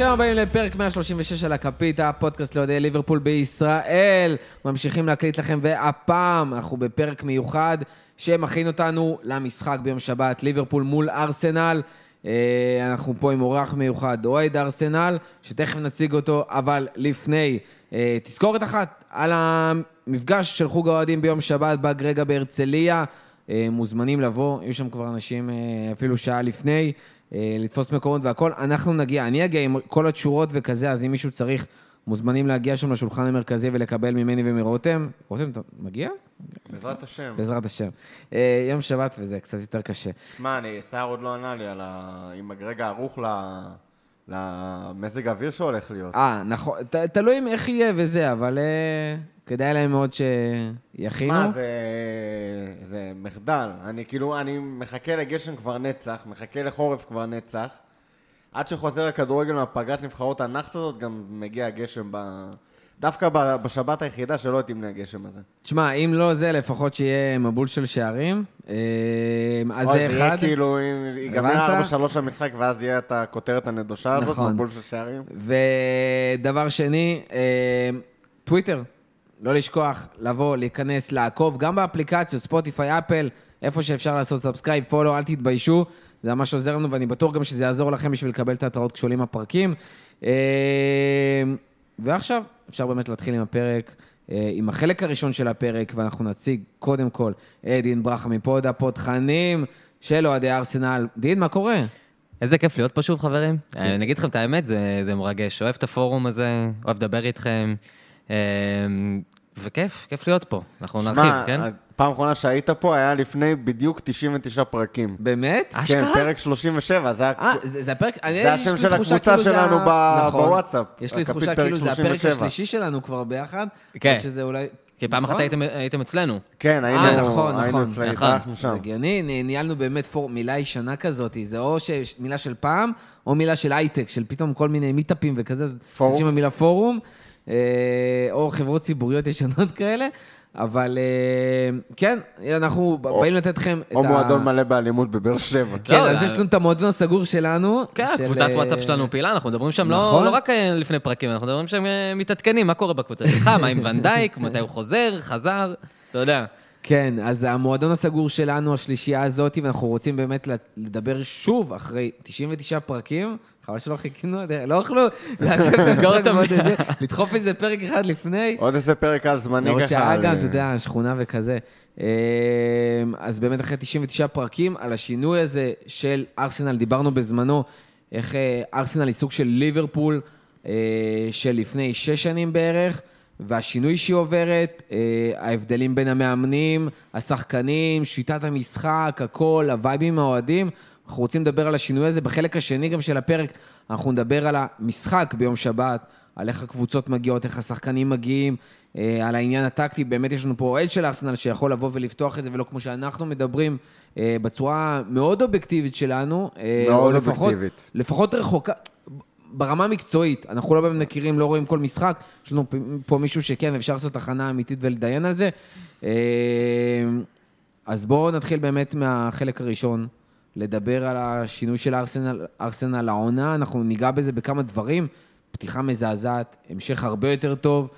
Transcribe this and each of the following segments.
ברוכים הבאים לפרק 136 על הכפית, הפודקאסט לאוהדי ליברפול בישראל. ממשיכים להקליט לכם, והפעם אנחנו בפרק מיוחד שמכין אותנו למשחק ביום שבת, ליברפול מול ארסנל. אנחנו פה עם אורח מיוחד, אוהד ארסנל, שתכף נציג אותו, אבל לפני, תזכורת אחת על המפגש של חוג האוהדים ביום שבת בגרגה בהרצליה. מוזמנים לבוא, יהיו שם כבר אנשים אפילו שעה לפני, לתפוס מקומות והכל. אנחנו נגיע, אני אגיע עם כל התשורות וכזה, אז אם מישהו צריך, מוזמנים להגיע שם לשולחן המרכזי ולקבל ממני ומרותם. רותם, אתה מגיע? בעזרת השם. בעזרת השם. יום שבת וזה קצת יותר קשה. מה, סער עוד לא ענה לי על אם רגע ערוך למזג האוויר שהולך להיות. נכון, תלוי אם איך יהיה וזה, אבל כדאי להם מאוד שיכינו. מה, זה מחדל. אני מחכה לגשם כבר נצח, מחכה לחורף כבר נצח. עד שחוזר הכדורגל מהפגרת נבחרות הנחת הזאת, גם מגיע הגשם דווקא בשבת היחידה שלא תמנה הגשם הזה. תשמע, אם לא זה, לפחות שיהיה מבול של שערים. אז זה אחד. זה יהיה כאילו, ייגמר 4-3 המשחק, ואז יהיה את הכותרת הנדושה הזאת, מבול של שערים. ודבר שני, טוויטר. לא לשכוח, לבוא, להיכנס, לעקוב, גם באפליקציות, ספוטיפיי, אפל, איפה שאפשר לעשות סאבסקרייב, פולו, אל תתביישו. זה ממש עוזר לנו, ואני בטוח גם שזה יעזור לכם בשביל לקבל את ההתראות כשעולים הפרקים. ועכשיו אפשר באמת להתחיל עם הפרק, עם החלק הראשון של הפרק, ואנחנו נציג קודם כל דין ברכה מפוד הפותחנים של אוהדי ארסנל. דין, מה קורה? איזה כיף להיות פה שוב, חברים. אני אגיד לכם את האמת, זה מרגש. אוהב את הפורום הזה, אוהב לדבר איתכם, וכיף, כיף להיות פה. אנחנו נרחיב, כן? פעם אחרונה שהיית פה היה לפני בדיוק 99 פרקים. באמת? כן, פרק 37, זה הפרק, זה השם של הקבוצה שלנו בוואטסאפ. יש לי תחושה כאילו זה הפרק השלישי שלנו כבר ביחד. כן. שזה אולי... כי פעם אחת הייתם אצלנו. כן, היינו אצלנו, התארחנו שם. זה הגיוני, ניהלנו באמת מילה ישנה כזאת, זה או מילה של פעם, או מילה של הייטק, של פתאום כל מיני מיטאפים וכזה, זה המילה פורום, או חברות ציבוריות ישנות כאלה, אבל כן, אנחנו באים לתת לכם את או מועדון מלא באלימות בבאר שבע. כן, אז יש לנו את המועדון הסגור שלנו. כן, קבוצת וואטסאפ שלנו פעילה, אנחנו מדברים שם לא רק לפני פרקים, אנחנו מדברים שם מתעדכנים, מה קורה בקבוצה שלך, מה עם ונדייק, מתי הוא חזר, אתה יודע. כן, אז המועדון הסגור שלנו, השלישייה הזאת, ואנחנו רוצים באמת לדבר שוב אחרי 99 פרקים, חבל שלא חיכינו, לא אוכלו לדחוף איזה פרק אחד לפני. עוד איזה פרק על זמני ככה. שעה גם, אתה יודע, שכונה וכזה. אז באמת אחרי 99 פרקים, על השינוי הזה של ארסנל, דיברנו בזמנו, איך ארסנל היא סוג של ליברפול, של לפני 6 שנים בערך, והשינוי שהיא עוברת, ההבדלים בין המאמנים, השחקנים, שיטת המשחק, הכל, הווייבים האוהדים, אנחנו רוצים לדבר על השינוי הזה. בחלק השני גם של הפרק, אנחנו נדבר על המשחק ביום שבת, על איך הקבוצות מגיעות, איך השחקנים מגיעים, על העניין הטקטי. באמת יש לנו פה אוהד של ארסנל שיכול לבוא ולפתוח את זה, ולא כמו שאנחנו מדברים, בצורה מאוד אובייקטיבית שלנו. מאוד אובייקטיבית. לפחות רחוקה. ברמה מקצועית, אנחנו לא באמת מכירים, לא רואים כל משחק, יש לנו פה מישהו שכן, אפשר לעשות תחנה אמיתית ולדיין על זה. אז בואו נתחיל באמת מהחלק הראשון, לדבר על השינוי של ארסנל העונה, אנחנו ניגע בזה בכמה דברים, פתיחה מזעזעת, המשך הרבה יותר טוב,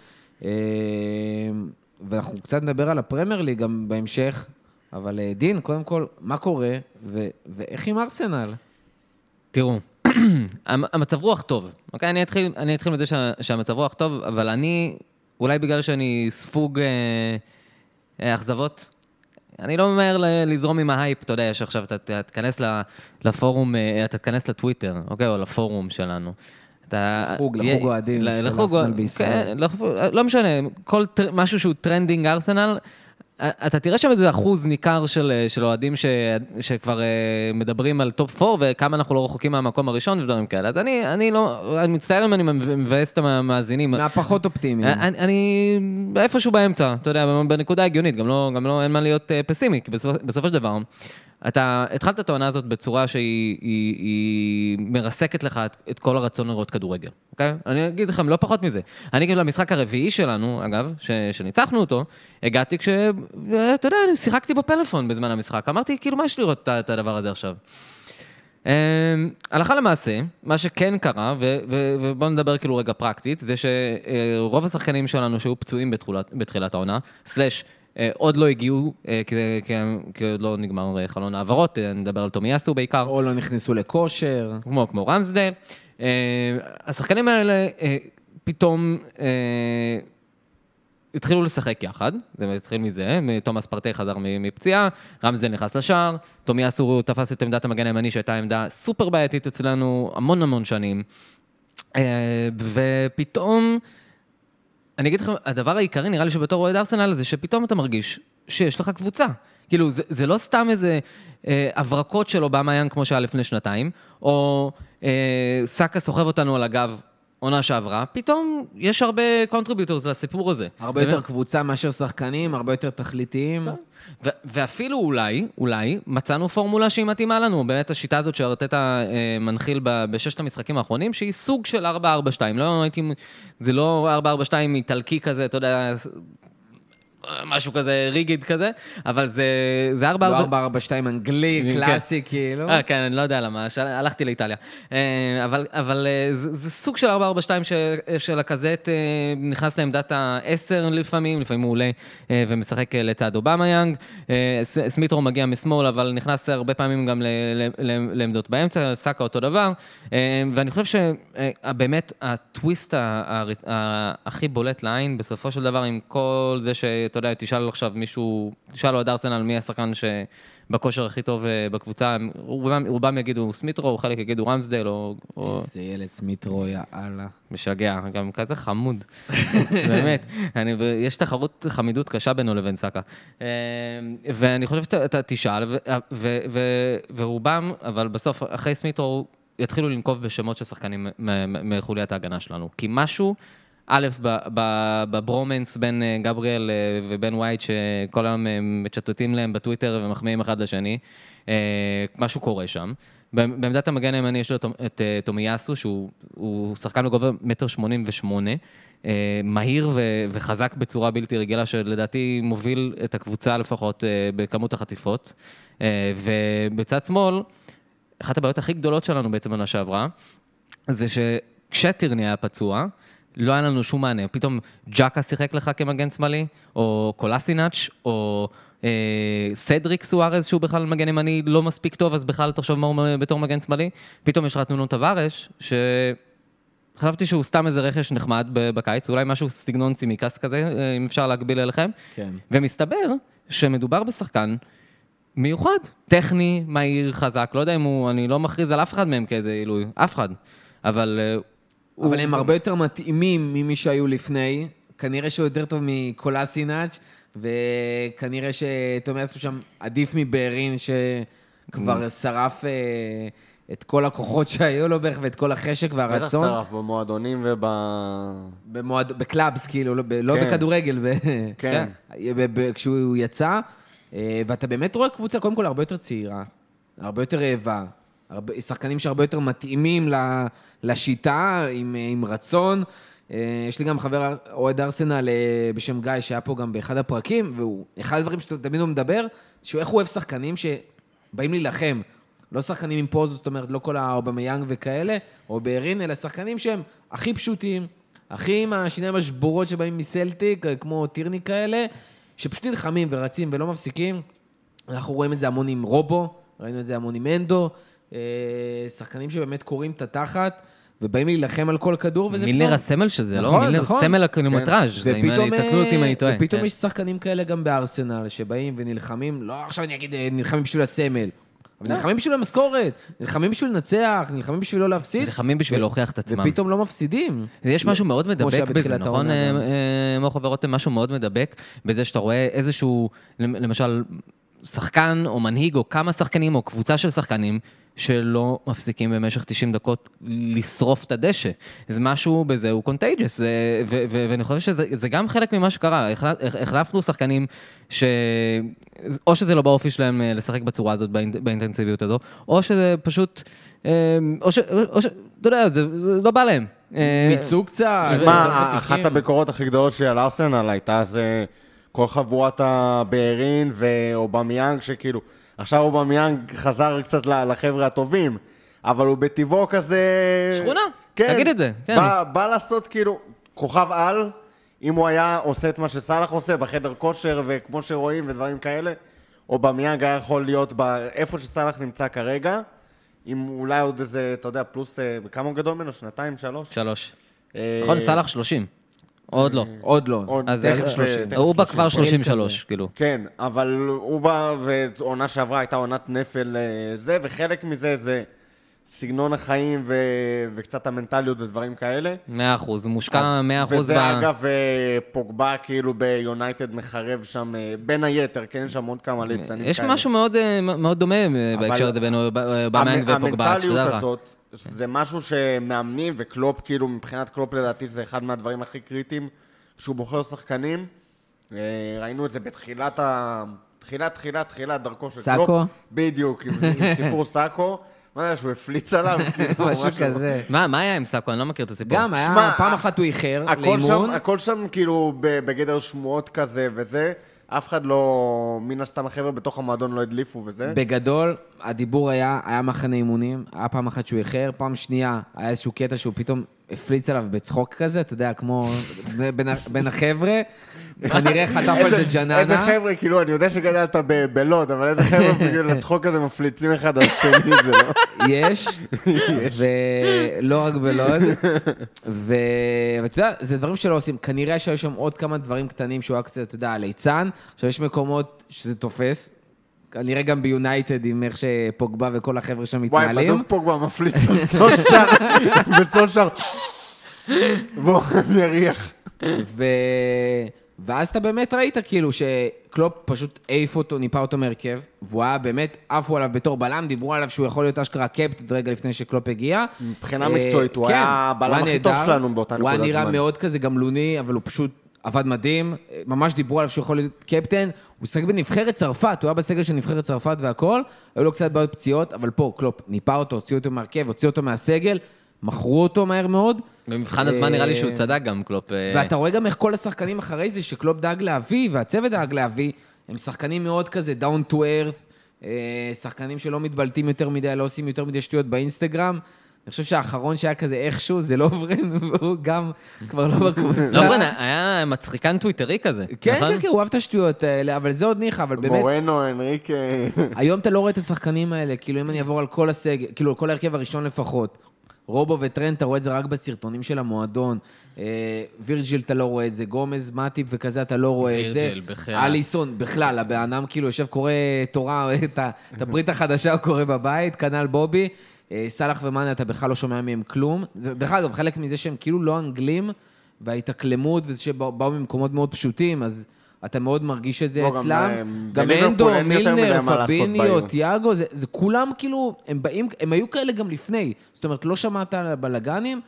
ואנחנו קצת נדבר על הפרמייר ליג גם בהמשך, אבל דין, קודם כל, מה קורה, ואיך עם ארסנל? תראו, המצב רוח טוב, אוקיי? אני אתחיל מזה שהמצב רוח טוב, אבל אולי בגלל שאני ספוג אכזבות, אני לא ממהר לזרום עם ההייפ, אתה יודע, יש עכשיו, אתה תכנס לפורום, אתה תכנס לטוויטר, אוקיי? או לפורום שלנו. לחוג אוהדים של ארסנל בישראל. לא משנה, כל משהו שהוא טרנדינג ארסנל, אתה תראה שם איזה אחוז ניכר של אוהדים שכבר מדברים על טופ 4, וכמה אנחנו לא רחוקים מהמקום הראשון ודברים כאלה. אז אני מצטער אם אני מבאס את המאזינים. מהפחות אופטימיים. אני איפשהו באמצע, אתה יודע, בנקודה הגיונית, גם לא אין מה להיות פסימי, כי בסופו של דבר, אתה התחלת את העונה הזאת בצורה שהיא מרסקת לך את כל הרצון לראות כדורגל, אוקיי? אני אגיד לכם, לא פחות מזה. אני כאילו למשחק הרביעי שלנו, אגב, שניצחנו אותו, הגעתי אתה יודע, אני שיחקתי בפלאפון בזמן המשחק. אמרתי, כאילו, מה יש לראות את הדבר הזה עכשיו? הלכה למעשה, מה שכן קרה, ובואו נדבר כאילו רגע פרקטית, זה שרוב השחקנים שלנו שהיו פצועים בתחילת העונה, סלש, עוד לא הגיעו, כי עוד לא נגמר חלון העברות, נדבר על תומיאסו בעיקר. או לא נכנסו לכושר. כמו רמסדל. השחקנים האלה פתאום התחילו לשחק יחד, זה התחיל מזה, תומאס פרטי חזר מפציעה, רמסדל נכנס לשער, תומיאסו תפס את עמדת המגן הימני, שהייתה עמדה סופר בעייתית אצלנו המון שנים, ופתאום, אני אגיד לכם, הדבר העיקרי נראה לי שבתור אוהד ארסנל, זה שפתאום אתה מרגיש שיש לך קבוצה. כאילו, זה לא סתם איזה הברקות של אובאמיאנג כמו שהיה לפני שנתיים, או סאקה סוחב אותנו על הגב, עונה שעברה, פתאום יש הרבה קונטריביוטורס לסיפור הזה. הרבה יותר קבוצה מאשר שחקנים, הרבה יותר תכליתיים. ואפילו אולי, מצאנו פורמולה שהיא מתאימה לנו, באמת השיטה הזאת שארטטה מנחיל בששת המשחקים האחרונים, שהיא סוג של 4-4-2, זה לא 4-4-2 איטלקי כזה, אתה יודע, משהו כזה ריגיד כזה, אבל זה 4-4... לא 4-4-2 אנגלי, קלאסי, כאילו. כן, אני לא יודע למה, הלכתי לאיטליה. אבל זה סוג של 4-4-2 של הקזט נכנס לעמדת ה-10 לפעמים הוא עולה ומשחק לצד אובאמיאנג. סמית'רו מגיע משמאל, אבל נכנס הרבה פעמים גם לעמדות באמצע, סאקה אותו דבר. ואני חושב שבאמת הטוויסט הכי בולט לעין, בסופו של דבר עם כל זה אתה יודע, תשאל עכשיו מישהו, תשאל לו את ארסנל מי השחקן שבכושר הכי טוב בקבוצה, רובם יגידו סמית'רו, חלק יגידו רמסדל, או... איזה ילד סמית'רו, יאללה. משגע, גם כזה חמוד. באמת, יש תחרות חמידות קשה בינו לבין סאקה. ואני חושב שאתה תשאל, ורובם, אבל בסוף, אחרי סמית'רו, יתחילו לנקוב בשמות של שחקנים מחוליית ההגנה שלנו. כי משהו... א', בברומנס בין גבריאל ובין ווייט, שכל היום מצ'טוטים להם בטוויטר ומחמיאים אחד לשני, משהו קורה שם. בעמדת המגן הימני יש לו את תומיאסו, שהוא שחקן בגובה 1.88 מטר, מהיר וחזק בצורה בלתי רגילה, שלדעתי מוביל את הקבוצה לפחות בכמות החטיפות. ובצד שמאל, אחת הבעיות הכי גדולות שלנו בעצם עונה שעברה, זה שכשטירני היה פצוע, לא היה לנו שום מענה. פתאום ג'קה שיחק לך כמגן שמאלי, או קולסינאץ', או סדריק סוארז, שהוא בכלל מגן ימני לא מספיק טוב, אז בכלל תחשוב מה הוא בתור מגן שמאלי. פתאום יש לך נונו טווארש, שחשבתי שהוא סתם איזה רכש נחמד בקיץ, אולי משהו סגנון צימיקס כזה, אם אפשר להגביל אליכם. כן. ומסתבר שמדובר בשחקן מיוחד, טכני, מהיר, חזק, לא יודע אם הוא, אני לא מכריז על אף אחד מהם כאיזה אילוי, אף אחד. אבל הם הרבה יותר מתאימים ממי שהיו לפני, כנראה שהוא יותר טוב מקולסינאץ', וכנראה שתומיאסו שם עדיף מבארין, שכבר שרף את כל הכוחות שהיו לו בערך, ואת כל החשק והרצון. בטח שרף במועדונים בקלאבס, כאילו, לא בכדורגל, כן. כשהוא יצא, ואתה באמת רואה קבוצה, קודם כל, הרבה יותר צעירה, הרבה יותר רעבה, שחקנים שהרבה יותר מתאימים לשיטה, עם רצון. יש לי גם חבר אוהד ארסנל בשם גיא, שהיה פה גם באחד הפרקים, והוא, אחד הדברים שתמיד הוא מדבר, שהוא איך הוא אוהב שחקנים שבאים להילחם. לא שחקנים עם פוז, זאת אומרת, לא כל האובאמיאנג וכאלה, או בארין, אלא שחקנים שהם הכי פשוטים, הכי עם השיניים השבורות שבאים מסלטיק, כמו טירני כאלה, שפשוט נלחמים ורצים ולא מפסיקים. אנחנו רואים את זה המון עם רובו, ראינו את זה המון עם אנדו, שחקנים שבאמת קוראים את התחת, ובאים להילחם על כל כדור, וזה פתאום... מילר הסמל שזה, לא? מילר סמל הקילומטראז', תקנו אותי אם אני טועה. ופתאום יש שחקנים כאלה גם בארסנל, שבאים ונלחמים, לא עכשיו אני אגיד, נלחמים בשביל הסמל, אבל נלחמים בשביל המשכורת, נלחמים בשביל לנצח, נלחמים בשביל לא להפסיד. נלחמים בשביל להוכיח את עצמם. ופתאום לא מפסידים. יש משהו מאוד מדבק בזה, נכון? מוח ורותם, משהו מאוד מדבק, בזה שאתה רואה איזשהו, למשל, שחקן או מנהיג או כמה שחקנים או קבוצה של שחקנים, שלא מפסיקים במשך 90 דקות לשרוף את הדשא. אז משהו בזה הוא קונטייג'ס, ואני חושב שזה גם חלק ממה שקרה. החלפנו שחקנים או שזה לא באופי שלהם לשחק בצורה הזאת, באינטנסיביות הזו, או שזה פשוט, או אתה יודע, זה לא בא להם. מיצוג קצת. שמע, אחת הביקורות הכי גדולות שלי על ארסנל הייתה זה כל חבורת הבארין ואובאמיאנג, שכאילו, עכשיו אובמיאנג חזר קצת לחבר'ה הטובים, אבל הוא בטבעו כזה... שכונה, כן, תגיד את זה, כן. בא לעשות כאילו כוכב על, אם הוא היה עושה את מה שסלח עושה בחדר כושר וכמו שרואים ודברים כאלה, אובמיאנג היה יכול להיות איפה שסלח נמצא כרגע, עם אולי עוד איזה, אתה יודע, פלוס, כמה הוא גדול ממנו? 2, 3? 3. נכון, סלח 30. עוד לא. עוד לא. אז תכף 30. הוא בא כבר 33, כאילו. כן, אבל הוא בא, ועונה שעברה הייתה עונת נפל זה, וחלק מזה זה סגנון החיים וקצת המנטליות ודברים כאלה. 100%, הוא מושקע 100% וזה אגב פוגבה כאילו ביונייטד מחרב שם, בין היתר, כן, יש שם עוד כמה ליצנים כאלה. יש משהו מאוד דומה בהקשר הזה בין אובמיאנג ופוגבה. המנטליות הזאת, זה משהו שמאמנים וקלופ, כאילו מבחינת קלופ לדעתי זה אחד מהדברים הכי קריטיים, כשהוא בוחר שחקנים, ראינו את זה בתחילת דרכו של קלופ. סאקו? בדיוק, עם סיפור סאקו. מה היה, שהוא הפליץ עליו? משהו כזה. מה היה עם סאקו? אני לא מכיר את הסיפור. גם היה, פעם אחת הוא איחר לאימון. הכל שם כאילו בגדר שמועות כזה וזה, אף אחד לא, מן הסתם החבר'ה בתוך המועדון לא הדליפו וזה. בגדול, הדיבור היה מחנה אימונים, היה פעם אחת שהוא איחר, פעם שנייה היה איזשהו קטע שהוא פתאום הפליץ עליו בצחוק כזה, אתה יודע, כמו בין החבר'ה, כנראה חטף על זה ג'ננה. איזה חבר'ה, כאילו, אני יודע שגדלת בלוד, אבל איזה חבר'ה, כאילו, לצחוק כזה מפליצים אחד על שני, זה לא? יש, ולא רק בלוד, ואתה יודע, זה דברים שלא עושים, כנראה שהיו שם עוד כמה דברים קטנים שהוא היה קצת, אתה יודע, ליצן, עכשיו יש מקומות שזה תופס, כנראה גם ביונייטד עם איך שפוגבה וכל החבר'ה שם מתנהלים. וואי, בדוק פוגבה מפליץ בסושר. בוא, אני אריח. ואז אתה באמת ראית כאילו שקלופ פשוט העיף אותו, ניפה אותו מהרכב, והוא היה באמת, עפו עליו בתור בלם, דיברו עליו שהוא יכול להיות אשכרה קפטן רגע לפני שקלופ הגיע. מבחינה מקצועית, הוא היה הבלם הכי טוב שלנו באותה נקודת זמן. הוא היה נראה מאוד כזה גמלוני, אבל הוא פשוט עבד מדהים, ממש דיברו עליו שהוא יכול להיות קפטן, הוא שחק בנבחרת צרפת, הוא היה בסגל של נבחרת צרפת והכל, היו לו קצת בעיות פציעות, אבל פה קלופ ניפה אותו, הוציא אותו מהרכב, הוציא אותו מהסגל, מכרו אותו מהר מאוד. במבחן הזמן נראה לי שהוא צדק גם, קלופ. ואתה רואה גם איך כל השחקנים אחרי זה, שקלופ דאג להביא, והצוות דאג להביא, הם שחקנים מאוד כזה, down to earth, שחקנים שלא מתבלטים יותר מדי, לא עושים יותר מדי שטויות באינסטגרם. אני חושב שהאחרון שהיה כזה איכשהו, זה לוברן, והוא גם כבר לא בקבוצה. לוברן היה מצחיקן טוויטרי כזה. כן, כן, כן, הוא אוהב את השטויות האלה, אבל זה עוד ניחא, אבל באמת... מורנו, אנריק... היום אתה לא רואה את השחקנים האלה, כאילו אם אני אעבור על כל הסגל, כאילו כל ההרכב הראשון לפחות, רובו וטרנט, אתה רואה את זה רק בסרטונים של המועדון, וירג'יל אתה לא רואה את זה, גומז, מאטיפ וכזה אתה לא רואה את זה. וירג'יל, בכלל. אליסון, בכלל, הבאנם כאילו יושב, קורא תורה, את הברית החדשה הוא קורא בבית, כנ"ל בובי, סלח ומאנה, אתה בכלל לא שומע מהם כלום. דרך אגב, חלק מזה שהם כאילו לא אנגלים, וההתאקלמות, וזה שבאו ממקומקות מאוד פשוטים, אז אתה מאוד מרגיש את זה אצלם. גם אנדו, מילנר, פביניו, תיאגו, זה כולם כאילו, הם היו כאלה גם לפני. זאת אומרת, לא שמעת על הבלגנים,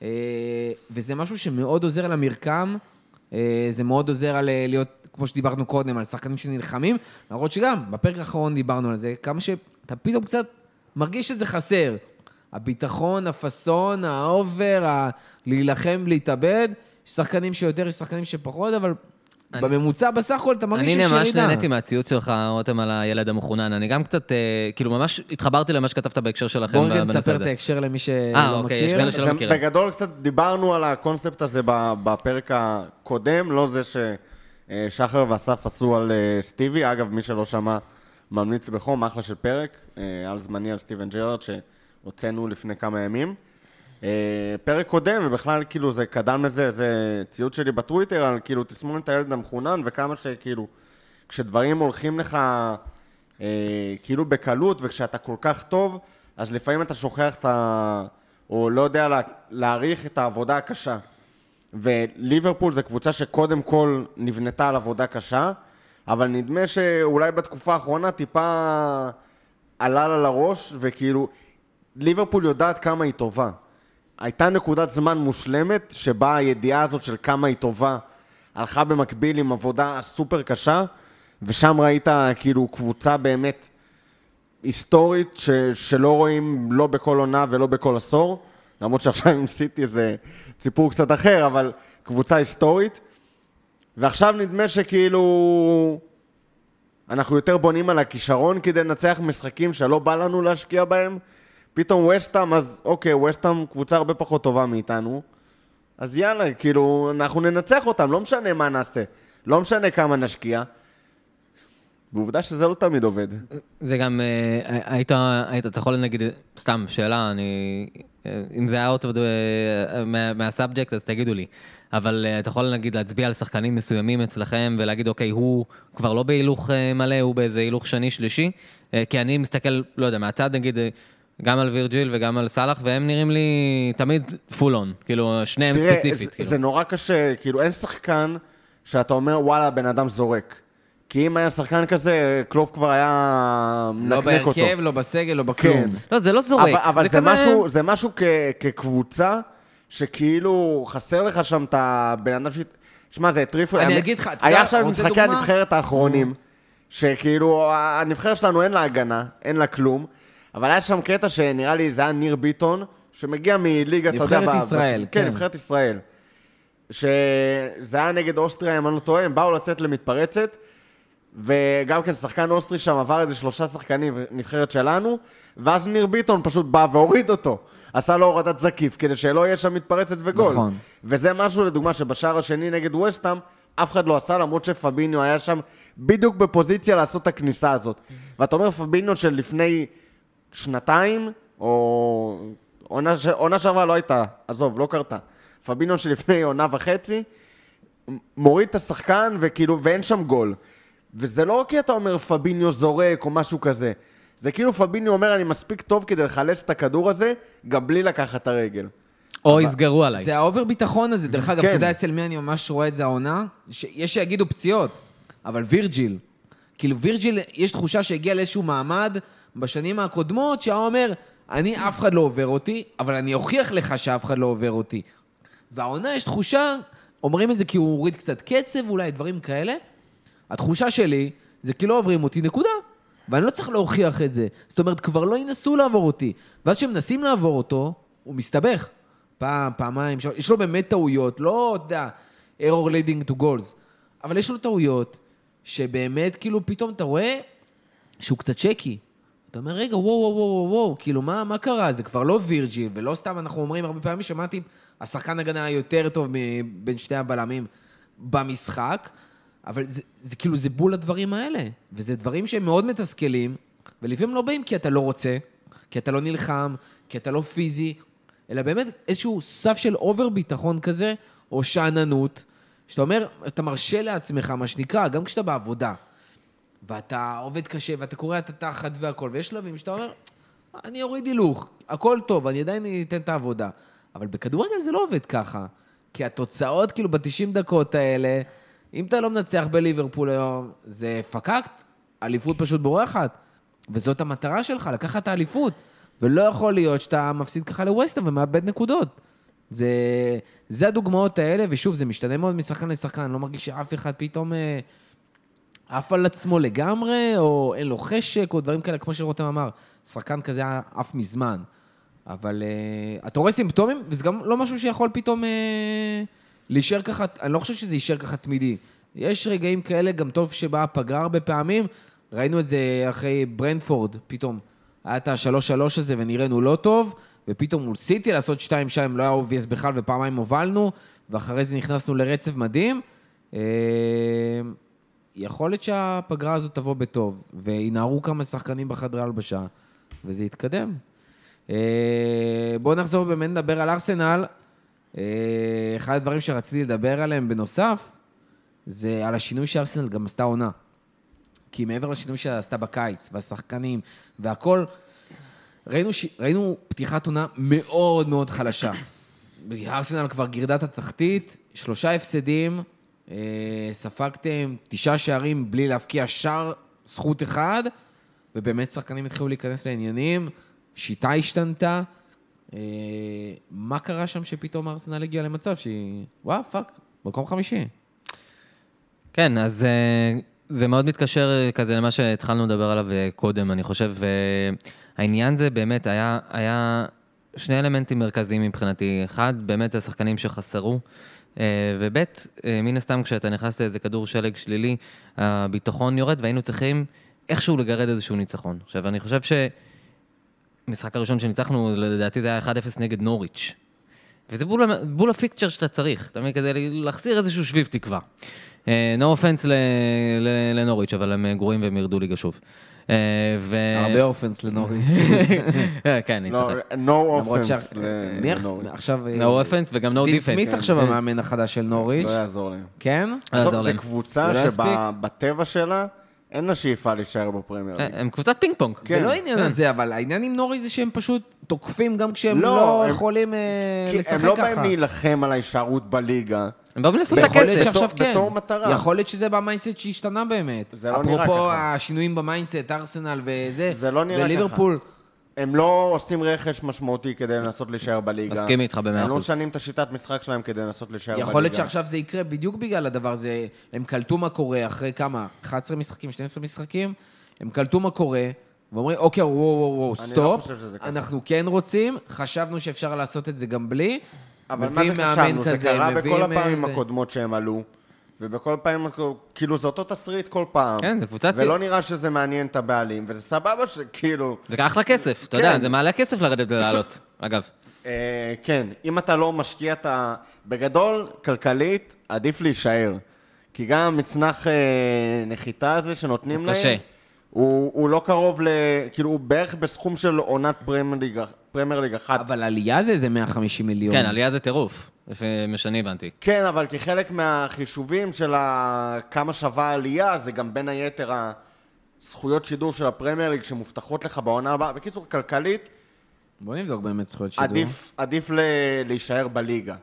וזה משהו שמאוד עוזר למרקם, זה מאוד עוזר על להיות, כמו שדיברנו קודם, על שחקנים שנלחמים, למרות שגם, בפרק האחרון דיברנו על זה, כמה שאתה פתאום קצת מרגיש שזה חסר. הביטחון, הפסון, האובר, להילחם, להתאבד, יש שחקנים שיותר, יש שחקנים שפחות, אבל בממוצע, בסך הכל, אתה מרגיש שיש ירידה. אני ממש נהניתי מהציוץ שלך, רותם, על הילד המחונן. אני גם קצת, כאילו, ממש התחברתי למה שכתבת בהקשר שלכם בואו נגיד נספר את ההקשר למי שלא מכיר. יש כאלה שלא מכירים. בגדול קצת דיברנו על הקונספט הזה בפרק הקודם, לא זה ששחר ואסף עשו על סטיבי. אגב, מי שלא שמע, ממליץ בחום, אחלה של פרק, על זמני על סטיבן ג'רארד, שהוצאנו לפני כמה ימים. פרק קודם, ובכלל כאילו זה קדם לזה, זה ציוץ שלי בטוויטר, על כאילו תסמון את הילד המחונן, וכמה שכאילו, כשדברים הולכים לך כאילו בקלות, וכשאתה כל כך טוב, אז לפעמים אתה שוכח או לא יודע להעריך את העבודה הקשה. וליברפול זה קבוצה שקודם כל נבנתה על עבודה קשה, אבל נדמה שאולי בתקופה האחרונה טיפה עלה לה לראש, וכאילו, ליברפול יודעת כמה היא טובה. הייתה נקודת זמן מושלמת, שבה הידיעה הזאת של כמה היא טובה, הלכה במקביל עם עבודה סופר קשה, ושם ראית כאילו קבוצה באמת היסטורית, שלא רואים לא בכל עונה ולא בכל עשור, למרות שעכשיו עם סיטי זה סיפור קצת אחר, אבל קבוצה היסטורית, ועכשיו נדמה שכאילו אנחנו יותר בונים על הכישרון כדי לנצח משחקים שלא בא לנו להשקיע בהם. פתאום ווסטהאם, אז אוקיי, ווסטהאם קבוצה הרבה פחות טובה מאיתנו. אז יאללה, כאילו, אנחנו ננצח אותם, לא משנה מה נעשה. לא משנה כמה נשקיע. ועובדה שזה לא תמיד עובד. זה גם, אתה יכול להגיד, סתם, שאלה, אם זה היה out מהסאבג'קט, אז תגידו לי. אבל אתה יכול להגיד, להצביע על שחקנים מסוימים אצלכם, ולהגיד, אוקיי, הוא כבר לא בהילוך מלא, הוא באיזה הילוך שני, שלישי, כי אני מסתכל, לא יודע, מהצד נגיד, גם על וירג'יל וגם על סלאח, והם נראים לי תמיד פול און, כאילו, שניהם ספציפית. זה נורא קשה, כאילו, אין שחקן שאתה אומר, וואלה, בן אדם זורק. כי אם היה שחקן כזה, קלופ כבר היה מנקנק אותו. לא בהרכב, לא בסגל, לא בכלום. לא, זה לא זורק. אבל זה משהו כקבוצה, שכאילו חסר לך שם את הבן אדם שמע, זה הטריפו... אני אגיד לך, היה עכשיו משחקי הנבחרת האחרונים, שכאילו, הנבחרת שלנו אין לה הגנה, אין לה כלום, אבל היה שם קטע שנראה לי, זה היה ניר ביטון, שמגיע מליגה, אתה יודע... נבחרת ישראל, כן. נבחרת ישראל. שזה היה נגד אוסטריה, אם אני לא טועה, הם באו לצאת למתפרצת, וגם כן שחקן אוסטרי שם עבר איזה 3 שחקנים נבחרת שלנו, ואז ניר ביטון פשוט בא והוריד אותו. עשה לו הורדת זקיף, כדי שלא יהיה שם מתפרצת וגול. נכון. וזה משהו, לדוגמה, שבשער השני נגד ווסטהאם, אף אחד לא עשה, למרות שפביניו היה שם בדיוק בפוזיציה לעשות את הכניסה הזאת. ואתה אומר, פביניו של לפני 2, או עונה שעברה לא הייתה, עזוב, לא קרתה. פביניו של לפני 1.5 עונה, מוריד את השחקן, וכאילו, ואין שם גול. וזה לא כי אתה אומר פביניו זורק או משהו כזה. זה כאילו פביניו אומר, אני מספיק טוב כדי לחלץ את הכדור הזה, גם בלי לקחת את הרגל. או יסגרו עליי. זה האובר ביטחון הזה. דרך אגב, אתה יודע אצל מי אני ממש רואה את זה העונה? יש שיגידו פציעות, אבל וירג'יל. כאילו וירג'יל, יש תחושה שהגיע לאיזשהו מעמד בשנים הקודמות, שהאומר, אני אף אחד לא עובר אותי, אבל אני אוכיח לך שאף אחד לא עובר אותי. והעונה יש תחושה, אומרים את זה כי הוא הוריד קצת קצב, אולי דברים כאלה. התחושה שלי זה כי לא עוברים אותי, נקודה. ואני לא צריך להוכיח את זה. זאת אומרת, כבר לא ינסו לעבור אותי. ואז כשמנסים לעבור אותו, הוא מסתבך. פעם, פעמיים, יש לו באמת טעויות, לא, אתה יודע, error leading to goals. אבל יש לו טעויות שבאמת, כאילו, פתאום אתה רואה שהוא קצת שקי. אתה אומר, רגע, וואו, כאילו, מה קרה? זה כבר לא וירג'יל, ולא סתם אנחנו אומרים, הרבה פעמים שמעתי, השחקן הגנה יותר טוב בין שתי הבלמים במשחק, אבל זה כאילו, זה בול הדברים האלה, וזה דברים שהם מאוד מתסכלים, ולפעמים לא באים כי אתה לא רוצה, כי אתה לא נלחם, כי אתה לא פיזי, אלא באמת איזשהו סף של אובר ביטחון כזה, או שעננות, שאתה אומר, אתה מרשה לעצמך, מה שנקרא, גם כשאתה בעבודה, ואתה עובד קשה, ואתה קורא את התחת והכל, ויש שלבים שאתה אומר, אני אוריד הילוך, הכל טוב, אני עדיין אתן את העבודה. אבל בכדורגל זה לא עובד ככה, כי התוצאות כאילו ב-90 דקות האלה, אם אתה לא מנצח בליברפול היום, זה פקקט, אליפות פשוט בורחת, וזאת המטרה שלך, לקחת את האליפות, ולא יכול להיות שאתה מפסיד ככה לווסטהאם ומאבד נקודות. זה הדוגמאות האלה, ושוב, זה משתנה מאוד משחקן לשחקן, אני לא מרגיש שאף אחד פתאום עף על עצמו לגמרי, או אין לו חשק, או דברים כאלה, כמו שרותם אמר, שחקן כזה היה עף מזמן. אבל אתה רואה סימפטומים, וזה גם לא משהו שיכול פתאום להישאר ככה, אני לא חושב שזה יישאר ככה תמידי. יש רגעים כאלה, גם טוב שבא הפגרה הרבה פעמים, ראינו את זה אחרי ברנדפורד, פתאום היה את ה-3-3 הזה ונראינו לא טוב, ופתאום מול סיטי לעשות 2-2 לא היה אובייס בכלל, ופעמיים הובלנו, ואחרי זה נכנסנו לרצף מדהים. יכול להיות שהפגרה הזאת תבוא בטוב, וינערו כמה שחקנים בחדרי הלבשה, וזה יתקדם. בואו נחזור באמת לדבר על ארסנל. אחד הדברים שרציתי לדבר עליהם בנוסף, זה על השינוי שארסנל גם עשתה עונה. כי מעבר לשינוי שעשתה בקיץ, והשחקנים והכל, ראינו פתיחת עונה מאוד מאוד חלשה. ארסנל כבר גירדה את התחתית, 3 הפסדים, ספגתם 9 שערים בלי להפקיע שער, זכות אחד, ובאמת שחקנים התחילו להיכנס לעניינים, שיטה השתנתה, מה קרה שם שפתאום ארסנל הגיע למצב שהיא, וואו, פאק, מקום 5. כן, אז זה מאוד מתקשר כזה למה שהתחלנו לדבר עליו קודם, אני חושב, העניין זה באמת היה שני אלמנטים מרכזיים מבחינתי. אחד, באמת השחקנים שחסרו, ובית, מן הסתם כשאתה נכנס לאיזה כדור שלג שלילי, הביטחון יורד, והיינו צריכים איכשהו לגרד איזשהו ניצחון. עכשיו, אני חושב משחק הראשון שניצחנו, לדעתי זה היה 1-0 נגד נוריץ'. וזה בול הפיקצ'ר שאתה צריך, אתה מבין, כדי להחזיר איזשהו שביב תקווה. No offense לנוריץ', אבל הם גרועים והם ירדו ליגה שוב. הרבה אופנס לנוריץ'. כן, אני לא, צוחק. no offense לנוריץ'. עכשיו... No offense וגם no דין defense. סמית עכשיו המאמן החדש של נוריץ'. לא יעזור להם. כן? זו קבוצה שבטבע שלה אין לה שאיפה להישאר בפרמייר ליג. הם קבוצת פינג פונג. זה לא העניין הזה, אבל העניין עם נוריץ' זה שהם פשוט תוקפים גם כשהם לא יכולים לשחק ככה. הם לא באים להילחם על ההישארות בליגה. הם באו לנסות את יכול להיות הכסף. שעכשיו כן. בתור מטרה. יכול להיות שזה במיינדסט שהשתנה באמת. זה לא נראה אפרופו ככה. השינויים במיינדסט, ארסנל וזה. זה לא נראה וליברפול. הם לא עושים רכש משמעותי כדי לנסות להישאר בליגה. מסכים איתך ב100%. הם לא משנים את השיטת משחק שלהם כדי לנסות להישאר בליגה. יכול להיות שעכשיו זה יקרה בדיוק בגלל הדבר הזה. הם קלטו מה קורה אחרי כמה? 11 משחקים, 12 משחקים? הם קלטו מה קורה, ואומרים, אוקיי, וואו, סטופ. אנחנו כן רוצים, חשבנו שאפשר לעשות את זה גם בלי. אבל מה זה חשבנו? זה קרה בכל הפעמים הקודמות שהם עלו, ובכל פעמים, כאילו זה אותו תסריט כל פעם. כן, זה קבוצת... ולא נראה שזה מעניין את הבעלים, וזה סבבה שכאילו... זה אחלה כסף, אתה יודע, זה מעלה כסף לרדת ולעלות, אגב. כן, אם אתה לא משקיע את ה... בגדול, כלכלית, עדיף להישאר. כי גם המצנח נחיתה הזה שנותנים להם, קשה. הוא לא קרוב ל... כאילו, הוא בערך בסכום של עונת פרמייר ליג אחת. אבל עלייה זה 150 מיליון. כן, עלייה זה טירוף, לפי מה שאני הבנתי. כן, אבל כחלק מהחישובים של כמה שווה העלייה, זה גם בין היתר הזכויות שידור של הפרמייר ליג שמובטחות לך בעונה הבאה. בקיצור, כלכלית, בוא נבדוק באמת זכויות שידור. עדיף להישאר בליגה.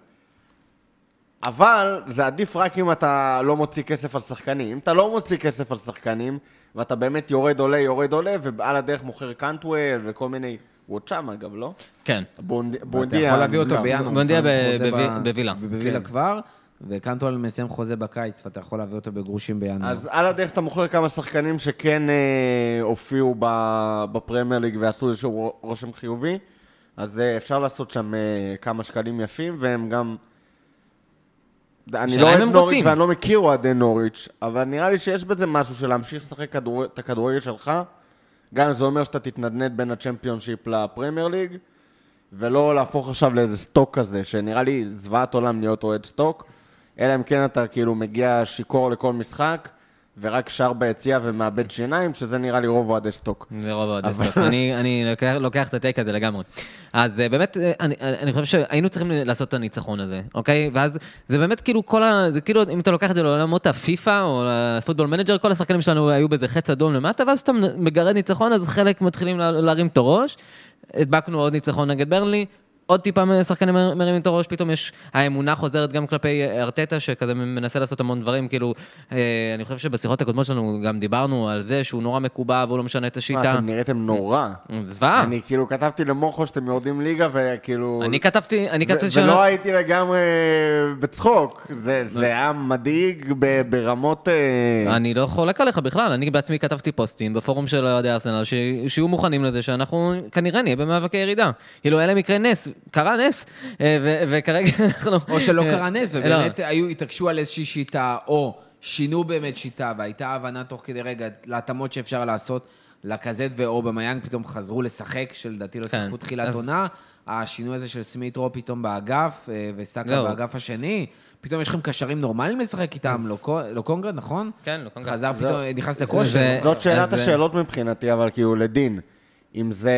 אבל זה עדיף רק אם אתה לא מוציא כסף על שחקנים. אם אתה לא מוציא כסף על שחקנים, ואתה באמת יורד עולה, ועל הדרך מוכר קנטואל וכל מיני... הוא עוד שם אגב, לא? כן. אתה יכול להביא אותו בינואר. בונדיה בווילה. בווילה כבר, וקנטואל מסיים חוזה בקיץ, ואתה יכול להביא אותו בגרושים בינואר. אז על הדרך אתה מוכר כמה שחקנים שכן הופיעו בפרמייר ליג ועשו איזשהו רושם חיובי, אז אפשר לעשות שם כמה שקלים יפים, והם גם... אני לא אוהב נוריץ' ואני לא מכיר אוהדי נוריץ', אבל נראה לי שיש בזה משהו של להמשיך לשחק את הכדורגל שלך, גם זה אומר שאתה תתנדנד בין הצ'מפיונשיפ לפרמייר ליג, ולא להפוך עכשיו לאיזה סטוק כזה, שנראה לי זוועת עולם להיות אוהד סטוק, אלא אם כן אתה כאילו מגיע שיקור לכל משחק, ורק שר ביציאה ומאבד שיניים, שזה נראה לי רוב אוהדי סטוק. זה רוב אוהדי סטוק. אני לוקח את הטייק הזה לגמרי. אז באמת, אני חושב שהיינו צריכים לעשות את הניצחון הזה, אוקיי? ואז זה באמת כאילו זה כאילו, אם אתה לוקח את זה לעולמות הפיפה, או לפוטבול מנג'ר, כל השחקנים שלנו היו באיזה חץ אדום למטה, ואז אתה מגרד ניצחון, אז חלק מתחילים להרים את הראש. הדבקנו עוד ניצחון נגד ברנלי, עוד טיפה שחקנים מרימים את הראש, פתאום יש, האמונה חוזרת גם כלפי ארטטה, שכזה מנסה לעשות המון דברים, כאילו, אני חושב שבשיחות הקודמות שלנו גם דיברנו על זה, שהוא נורא מקובע, והוא לא משנה את השיטה. אתם נראיתם נורא. זה זוועה. אני כאילו כתבתי למוחו שאתם יורדים ליגה, וכאילו... אני כתבתי ולא הייתי לגמרי בצחוק, זה היה מדאיג ברמות... אני לא חולק עליך בכלל, אני בעצמי כתבתי פוסטים בפורום של אוהדי ארסנל, שיהיו מוכנים לזה שאנחנו כנראה נהיה במאבקי ירידה. כאילו, אלה מקרה נס, קרה נס, וכרגע אנחנו... או שלא קרה נס, ובאמת התעקשו על איזושהי שיטה, או שינו באמת שיטה, והייתה הבנה תוך כדי רגע להתאמות שאפשר לעשות, לקזט ואו במיינג פתאום חזרו לשחק, שלדעתי לא שיחקו תחילת עונה, השינוי הזה של סמית רו פתאום באגף, וסאקה באגף השני, פתאום יש לכם קשרים נורמליים לשחק איתם, לא קונגרד, נכון? כן, לא קונגרד. חזר פתאום, נכנס לכושר. זאת שאלת השאלות מבחינתי, אבל כאילו לדין, אם זה...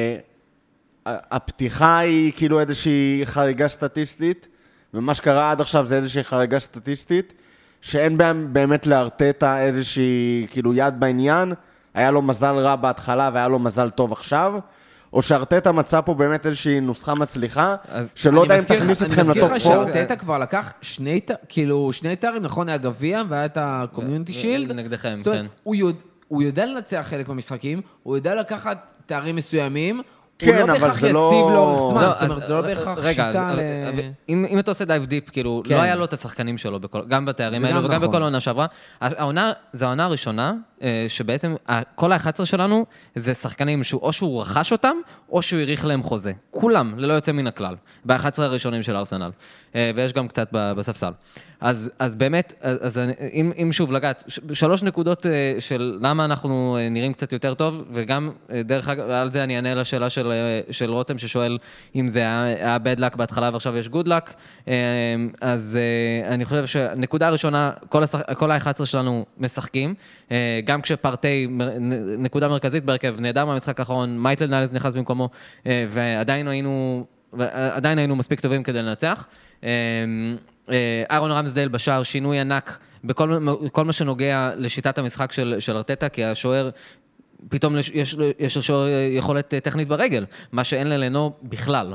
הפתיחה היא כאילו איזושהי חריגה סטטיסטית, ומה שקרה עד עכשיו זה איזושהי חריגה סטטיסטית, שאין באמת לארטטה איזושהי כאילו יד בעניין, היה לו מזל רע בהתחלה והיה לו מזל טוב עכשיו, או שארטטה מצא פה באמת איזושהי נוסחה מצליחה, שלא יודע אם תכניס אתכם לתוך פה. אני מזכיר לך שארטטה כבר לקח שני תארים, נכון, היה גביע והיה את הקומיוניטי שילד. נגדכם, כן. הוא יודע לנצח חלק מהמשחקים, הוא יודע לקחת תארים מסוימים, כן, הוא לא בהכרח יציב לאורך זמן, זאת אומרת, זה לא בהכרח שיטה ל... אם אתה עושה דייב דיפ, כאילו, לא היה לו את השחקנים שלו, גם בתארים האלו וגם בכל העונה שעברה. זו העונה הראשונה שבעצם כל ה-11 שלנו זה שחקנים או שהוא רכש אותם, או שהוא העריך להם חוזה. כולם, ללא יוצא מן הכלל, ב-11 הראשונים של ארסנל. ויש גם קצת בספסל. אז באמת, אם שוב לגעת, 3 נקודות של למה אנחנו נראים קצת יותר טוב, וגם דרך אגב, על זה אני אענה לשאלה של רותם, ששואל אם זה היה bad luck בהתחלה ועכשיו יש good luck. אז אני חושב שנקודה הראשונה, כל ה-11 שלנו משחקים, גם כשפרטי, נקודה מרכזית בהרכב, נהדר מהמשחק האחרון, מייטל נאלס נכנס במקומו, ועדיין היינו מספיק טובים כדי לנצח. אהרון רמסדייל בשער, שינוי ענק בכל מה שנוגע לשיטת המשחק של ארטטה, כי השוער, פתאום יש לשוער יכולת טכנית ברגל, מה שאין לנו בכלל.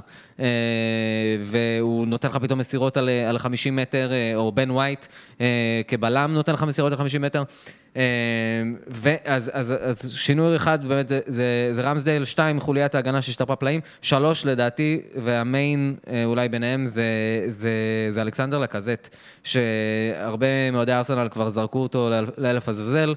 והוא נותן לך פתאום מסירות על 50 מטר, או בן ווייט כבלם נותן לך מסירות על 50 מטר. אז שינוי אחד באמת זה רמסדייל, 2 חוליית ההגנה שהשתפרה פלאים, 3 לדעתי, והמיין אולי ביניהם זה אלכסנדר לקזט, שהרבה מאוהדי ארסנל כבר זרקו אותו לאלף עזאזל,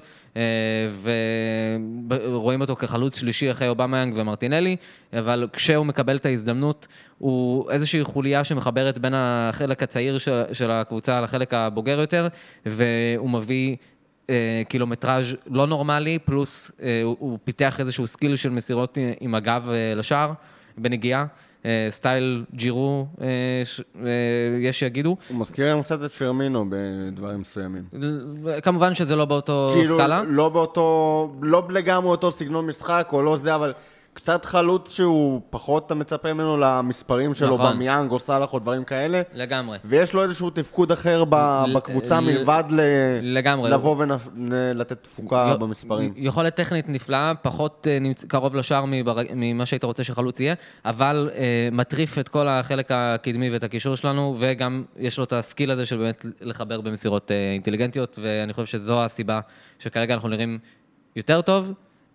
ורואים אותו כחלוץ שלישי אחרי אובמיאנג ומרטינלי, אבל כשהוא מקבל את ההזדמנות, הוא איזושהי חוליה שמחברת בין החלק הצעיר של הקבוצה לחלק הבוגר יותר, והוא מביא קילומטראז' לא נורמלי, פלוס הוא פיתח איזשהו סקיל של מסירות עם הגב לשער, בנגיעה, סטייל ג'ירו, יש שיגידו. הוא מזכיר גם קצת את פרמינו בדברים מסוימים. כמובן שזה לא באותו סקאלה. לא באותו, לא לגמרי אותו סגנון משחק או לא זה, אבל קצת חלוץ שהוא פחות אתה מצפה ממנו למספרים שלו במיאנג או סלח או דברים כאלה. לגמרי. ויש לו איזשהו תפקוד אחר בקבוצה מלבד לבוא ולתת תפוקה במספרים. יכולת טכנית נפלאה, פחות קרוב לשער ממה שהיית רוצה שחלוץ יהיה, אבל מטריף את כל החלק הקדמי ואת הקישור שלנו, וגם יש לו את הסקיל הזה של באמת לחבר במסירות אינטליגנטיות, ואני חושב שזו הסיבה שכרגע אנחנו נראים יותר טוב.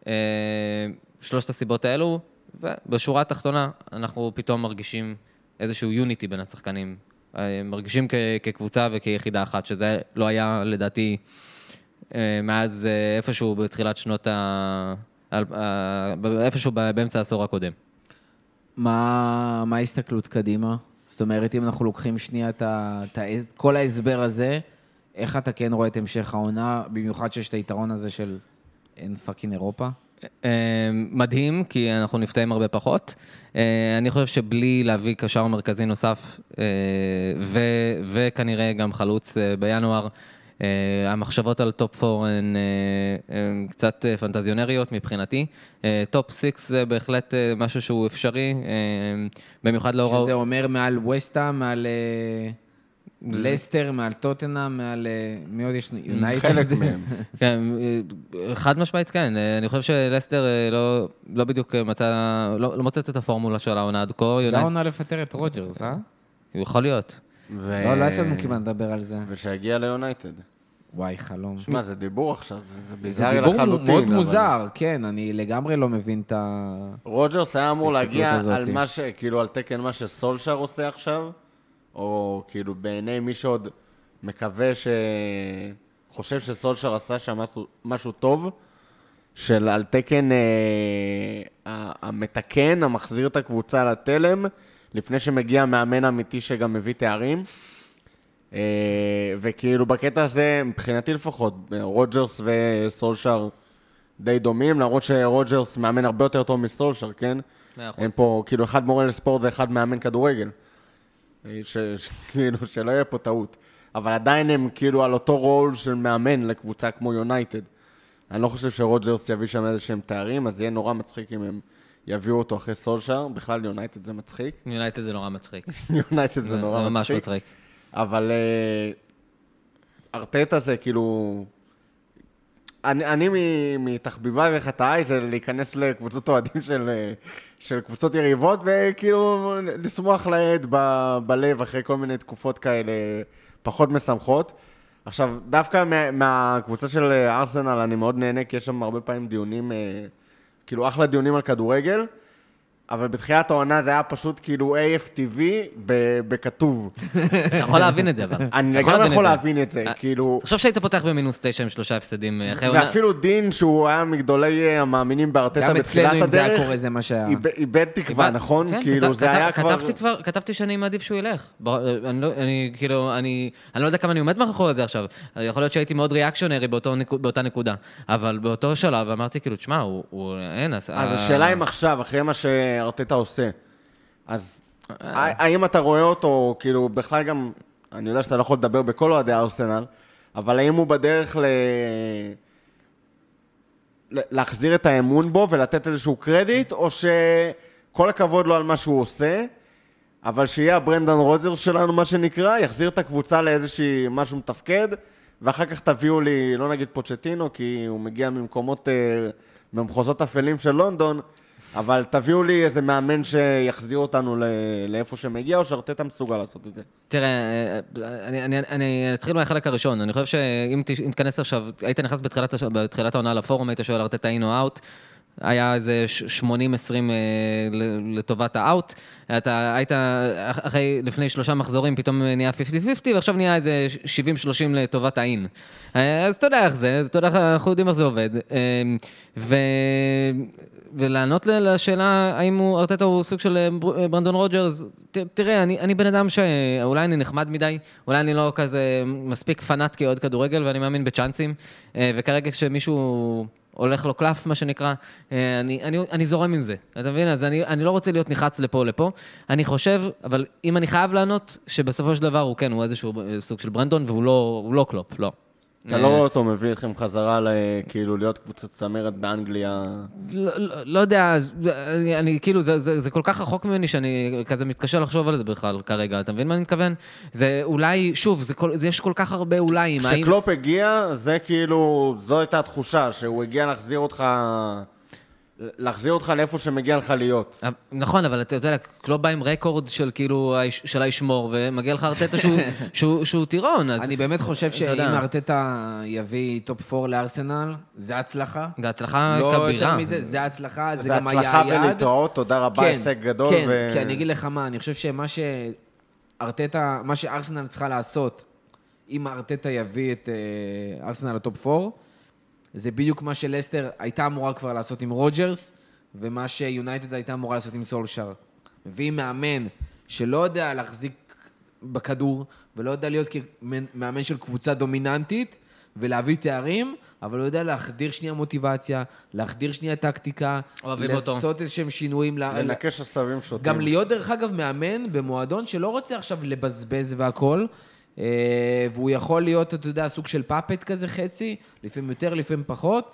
3 הסיבות האלו, ובשורה התחתונה אנחנו פתאום מרגישים איזשהו יוניטי בין השחקנים, מרגישים כקבוצה וכיחידה אחת, שזה לא היה לדעתי מאז איפשהו בתחילת שנות איפשהו באמצע העשור הקודם. מה ההסתכלות קדימה? זאת אומרת, אם אנחנו לוקחים שנייה כל ההסבר הזה, איך אתה כן רואה את המשך העונה, במיוחד שיש את היתרון הזה של אין פאקינג אירופה? מדהים, כי אנחנו נפתעים הרבה פחות. אני חושב שבלי להביא קשר מרכזי נוסף, וכנראה גם חלוץ בינואר, המחשבות על טופ 4 הן קצת פנטזיונריות מבחינתי. טופ 6 זה בהחלט משהו שהוא אפשרי, במיוחד לאור... שזה אומר מעל ווסטהאם, מעל... לסטר, מעל טוטנהאם, מעל... מי עוד יש? יונייטד? חלק מהם. כן, חד משמעית כן. אני חושב שלסטר לא בדיוק לא מוצאת את הפורמולה של העונה עד כה. זה העונה לפטר את רוג'רס, אה? יכול להיות. לא יצאנו כמעט לדבר על זה. ושהגיע ליונייטד. וואי, חלום. שמע, זה דיבור עכשיו, זה ביזארי לחלוטין. זה דיבור מאוד מוזר, כן, אני לגמרי לא מבין את ה... רוג'רס היה אמור להגיע על מה כאילו על תקן מה שסולשר עושה עכשיו, או כאילו בעיני מי שעוד מקווה חושב שסולשר עשה שם משהו טוב, של על תקן המתקן, המחזיר את הקבוצה לתלם, לפני שמגיע מאמן אמיתי שגם מביא תארים. וכאילו בקטע הזה, מבחינתי לפחות, רוג'רס וסולשר די דומים, למרות שרוג'רס מאמן הרבה יותר טוב מסולשר, כן? הם פה כאילו אחד מורה לספורט ואחד מאמן כדורגל. כאילו שלא יהיה פה טעות. אבל עדיין הם כאילו על אותו רול של מאמן לקבוצה כמו יונייטד. אני לא חושב שרוג'רס יביא שם איזה שהם תארים, אז יהיה נורא מצחיק אם הם יביאו אותו אחרי סולשר. בכלל יונייטד זה מצחיק. יונייטד זה נורא מצחיק. יונייטד זה נורא מצחיק. ממש מצחיק. אבל ארטטה זה כאילו... אני מתחביביי וחטאיי זה להיכנס לקבוצות אוהדים של קבוצות יריבות, וכאילו לשמוח לעד בלב אחרי כל מיני תקופות כאלה פחות משמחות. עכשיו, דווקא מהקבוצה של ארסנל אני מאוד נהנה, כי יש שם הרבה פעמים דיונים, כאילו אחלה דיונים על כדורגל, אבל בתחילת העונה זה היה פשוט כאילו AFTV בכתוב. אתה יכול להבין את זה, אבל. אני גם יכול להבין את זה, כאילו... תחשוב שהיית פותח במינוס 9 עם 3 הפסדים אחרי עונה. ואפילו דין, שהוא היה מגדולי המאמינים בארטטה בתחילת הדרך, גם אצלנו אם זה היה קורה, זה מה שהיה. איבד תקווה, נכון? כאילו זה היה כבר... כתבתי שאני מעדיף שהוא ילך. אני לא יודע כמה אני עומד מאחורי זה עכשיו. יכול להיות שהייתי מאוד ריאקשונרי באותה נקודה. אבל באותו שלב אמרתי כאילו, תשמע, אין... אז השאלה אם עכשיו, אחרי מה שארטטה עושה, אז האם אתה רואה אותו, כאילו, בכלל גם, אני יודע שאתה לא יכול לדבר בכל אוהדי ארסנל, אבל האם הוא בדרך להחזיר את האמון בו ולתת איזשהו קרדיט, או שכל הכבוד לו על מה שהוא עושה, אבל שיהיה הברנדון רוג'רס שלנו, מה שנקרא, יחזיר את הקבוצה לאיזושהי משהו מתפקד, ואחר כך תביאו לי, לא נגיד פוצ'טינו, כי הוא מגיע ממקומות, ממחוזות אפלים של לונדון, אבל תביאו לי איזה מאמן שיחזיר אותנו לאיפה שמגיע, או שארטטה מסוגל לעשות את זה. תראה, אני אתחיל מהחלק הראשון. אני חושב שאם תתכנס עכשיו, היית נכנס בתחילת העונה לפורום, היית שואל ארטטה אין או אאוט, היה איזה 80-20 לטובת האאוט, אתה היית, לפני 3 מחזורים פתאום נהיה 50-50, ועכשיו נהיה איזה 70-30 לטובת האין. אז אתה יודע איך זה, אנחנו יודעים איך זה עובד. ולענות לשאלה, האם ארטטה הוא סוג של ברנדון רוג'רס, תראה, אני בן אדם שאולי אני נחמד מדי, אולי אני לא כזה מספיק פנאט כאוהד כדורגל, ואני מאמין בצ'אנסים, וכרגע כשמישהו הולך לו קלף, מה שנקרא, אני זורם עם זה, אתה מבין? אז אני לא רוצה להיות נחץ לפה או לפה, אני חושב, אבל אם אני חייב לענות, שבסופו של דבר הוא כן, הוא איזשהו סוג של ברנדון, והוא לא קלופ, לא. אתה לא רואה אותו מביא אתכם חזרה כאילו להיות קבוצת צמרת באנגליה? לא יודע, אני כאילו, זה כל כך רחוק ממני שאני כזה מתקשה לחשוב על זה בכלל כרגע, אתה מבין מה אני מתכוון? זה אולי, שוב, יש כל כך הרבה אולי. כשקלופ הגיע, זה כאילו, זו הייתה התחושה, שהוא הגיע להחזיר אותך לאיפה שמגיע לך להיות. נכון, אבל אתה יודע, קלופ בא עם רקורד של כאילו, של הישמור, ומגיע לך ארטטה שהוא טירון. אני באמת חושב שאם ארטטה יביא טופ 4 לארסנל, זה הצלחה. זה הצלחה כבירה. לא יותר מזה, זה הצלחה, זה גם היה הצלחה יעד. ולהתראות, תודה רבה, הישג גדול. כן, כי אני אגיד לך מה, אני חושב שמה שארטטה, מה שארסנל צריכה לעשות, אם ארטטה יביא את ארסנל לטופ 4, זה בדיוק מה שלסטר הייתה אמורה כבר לעשות עם רוג'רס, ומה שיונייטד הייתה אמורה לעשות עם סולשר. מביא מאמן שלא יודע להחזיק בכדור, ולא יודע להיות מאמן של קבוצה דומיננטית, ולהביא תארים, אבל לא יודע להחדיר שנייה מוטיבציה, להחדיר שנייה טקטיקה, לעשות איזשהם שינויים. לנקש עשבים שוטים. גם להיות דרך אגב מאמן במועדון שלא רוצה עכשיו לבזבז והכל, והוא יכול להיות, אתה יודע, סוג של פאפט כזה חצי, לפעמים יותר, לפעמים פחות,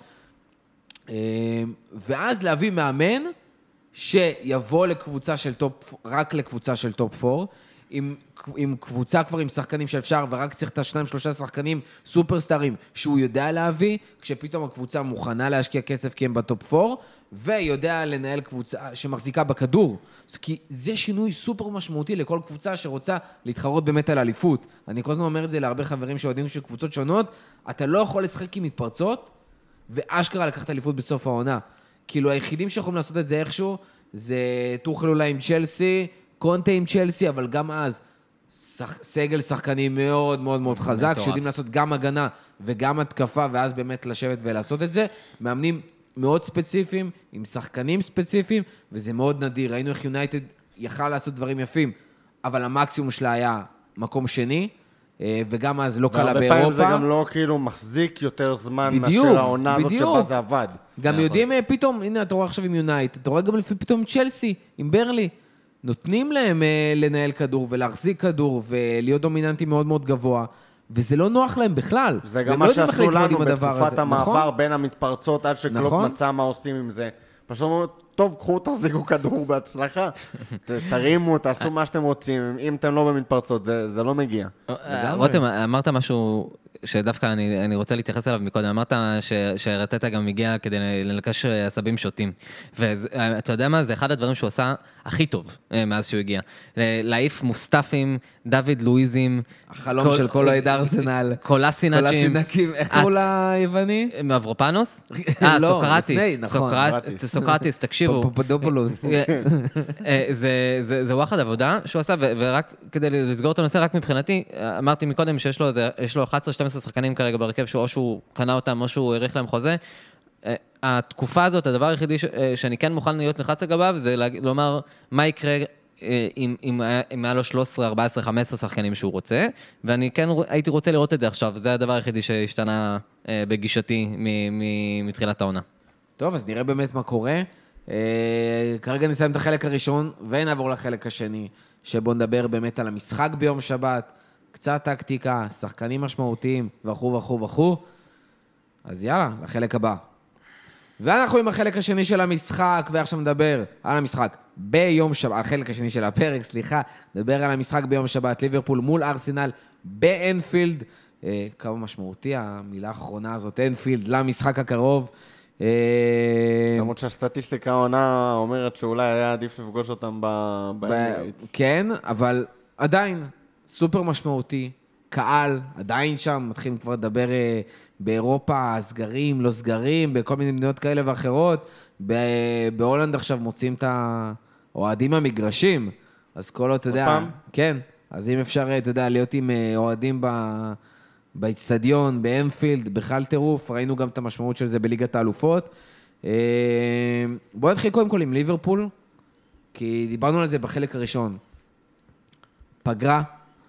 ואז להביא מאמן שיבוא לקבוצה של טופ, רק לקבוצה של טופ 4, עם קבוצה כבר עם שחקנים שאפשר, ורק צריך את 2-3 שחקנים סופרסטארים שהוא יודע להביא, כשפתאום הקבוצה מוכנה להשקיע כסף כי הם בטופ 4, ויודע לנהל קבוצה שמחזיקה בכדור. כי זה שינוי סופר משמעותי לכל קבוצה שרוצה להתחרות באמת על אליפות. אני כל הזמן אומר את זה להרבה חברים שעודים של קבוצות שונות, אתה לא יכול לשחק עם מתפרצות, ואשכרה לקחת אליפות בסוף העונה. כאילו היחידים שיכולים לעשות את זה איכשהו, זה טוחל אולי עם צ'לסי, קונטה עם צ'לסי, אבל גם אז סגל שחקנים מאוד מאוד מאוד חזק, שיודעים לעשות גם הגנה וגם התקפה, ואז באמת לשבת ולעשות את זה. מאמנים מאוד ספציפיים, עם שחקנים ספציפיים, וזה מאוד נדיר. ראינו איך יונייטד יכל לעשות דברים יפים, אבל המקסימום שלה היה מקום שני, וגם אז לא קלה באירופה. והרבה פעמים זה גם לא כאילו מחזיק יותר זמן מאשר העונה הזאת שבה זה עבד. גם יודעים פתאום, הנה אתה רואה עכשיו עם יונייטד, אתה רואה גם לפי פתאום צ'לסי, עם ברלי, נותנים להם לנהל כדור ולהחזיק כדור ולהיות דומיננטי מאוד מאוד גבוה, וזה לא נוח להם בכלל. זה גם מה שעשו לנו בתקופת המעבר בין המתפרצות עד שקלופ מצא מה עושים עם זה. פשוט אומרים, טוב, קחו, תחזיקו כדור בהצלחה. תרימו, תעשו מה שאתם רוצים. אם אתם לא במתפרצות, זה לא מגיע. רותם, אמרת משהו שדווקא אני רוצה להתייחס אליו מקודם, אמרת שרטטה גם הגיע כדי ללקש עשבים שוטים, ואתה יודע מה, זה אחד הדברים שהוא עשה הכי טוב מאז שהוא הגיע, להעיף מוסטפים, דוד לואיזים, החלום של כל אוהד ארסנל, קולאסינקים, איך קראו ליווני? מאברופנוס? לא, סוקרטיס, לפני, נכון. סוקרטיס, תקשיבו. פופודופולוס. זה וואחד עבודה שהוא עשה, ורק כדי לסגור את הנושא, רק מבחינתי, אמרתי מקודם שיש לו 11-12 שחקנים כרגע בהרכב, או שהוא קנה אותם, או שהוא העריך להם חוזה. התקופה הזאת, הדבר היחידי שאני כן מוכן להיות נחץ לגביו, זה לומר מה יקרה אם היה לו 13, 14, 15 שחקנים שהוא רוצה, ואני כן הייתי רוצה לראות את זה עכשיו, זה הדבר היחידי שהשתנה בגישתי מתחילת העונה. טוב, אז נראה באמת מה קורה. כרגע נסיים את החלק הראשון, ונעבור לחלק השני, שבו נדבר באמת על המשחק ביום שבת, קצת טקטיקה, שחקנים משמעותיים, וכו'. אז יאללה, לחלק הבא. ואנחנו עם החלק השני של המשחק, ועכשיו נדבר על המשחק ביום שבת, על החלק השני של הפרק, נדבר על המשחק ביום שבת, ליברפול מול ארסנל באנפילד, כמה משמעותי המילה האחרונה הזאת, אנפילד, למשחק הקרוב. למרות שהסטטיסטיקה העונה אומרת שאולי היה עדיף לפגוש אותם באנגלית. כן, אבל עדיין סופר משמעותי, קהל, עדיין שם, מתחילים כבר לדבר באירופה, סגרים, לא סגרים, בכל מיני מדינות כאלה ואחרות. בהולנד עכשיו מוצאים את האוהדים המגרשים, אז כל עוד, אתה יודע, כן, אז אם אפשר, אתה יודע, להיות עם אוהדים באצטדיון, באנפילד, בכלל טירוף, ראינו גם את המשמעות של זה בליגת האלופות. בואו נתחיל קודם כל עם ליברפול, כי דיברנו על זה בחלק הראשון. פגרה,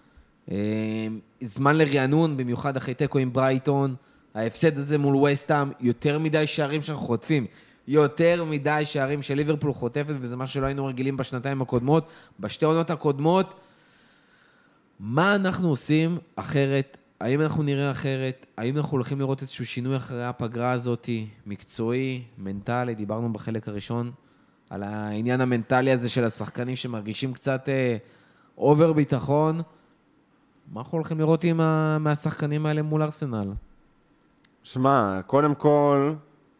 זמן לרענון, במיוחד אחרי תיקו עם ברייטון, ההפסד הזה מול וסטהאם, יותר מדי שערים שאנחנו חוטפים, יותר מדי שערים של ליברפול חוטפת, וזה מה שלא היינו רגילים בשנתיים הקודמות, בשתי עונות הקודמות. מה אנחנו עושים אחרת? האם אנחנו נראה אחרת? האם אנחנו הולכים לראות איזשהו שינוי אחרי הפגרה הזאת, מקצועי, מנטלי? דיברנו בחלק הראשון על העניין המנטלי הזה של השחקנים שמרגישים קצת אובר ביטחון. מה אנחנו הולכים לראות מהשחקנים האלה מול ארסנל? שמע, קודם כל,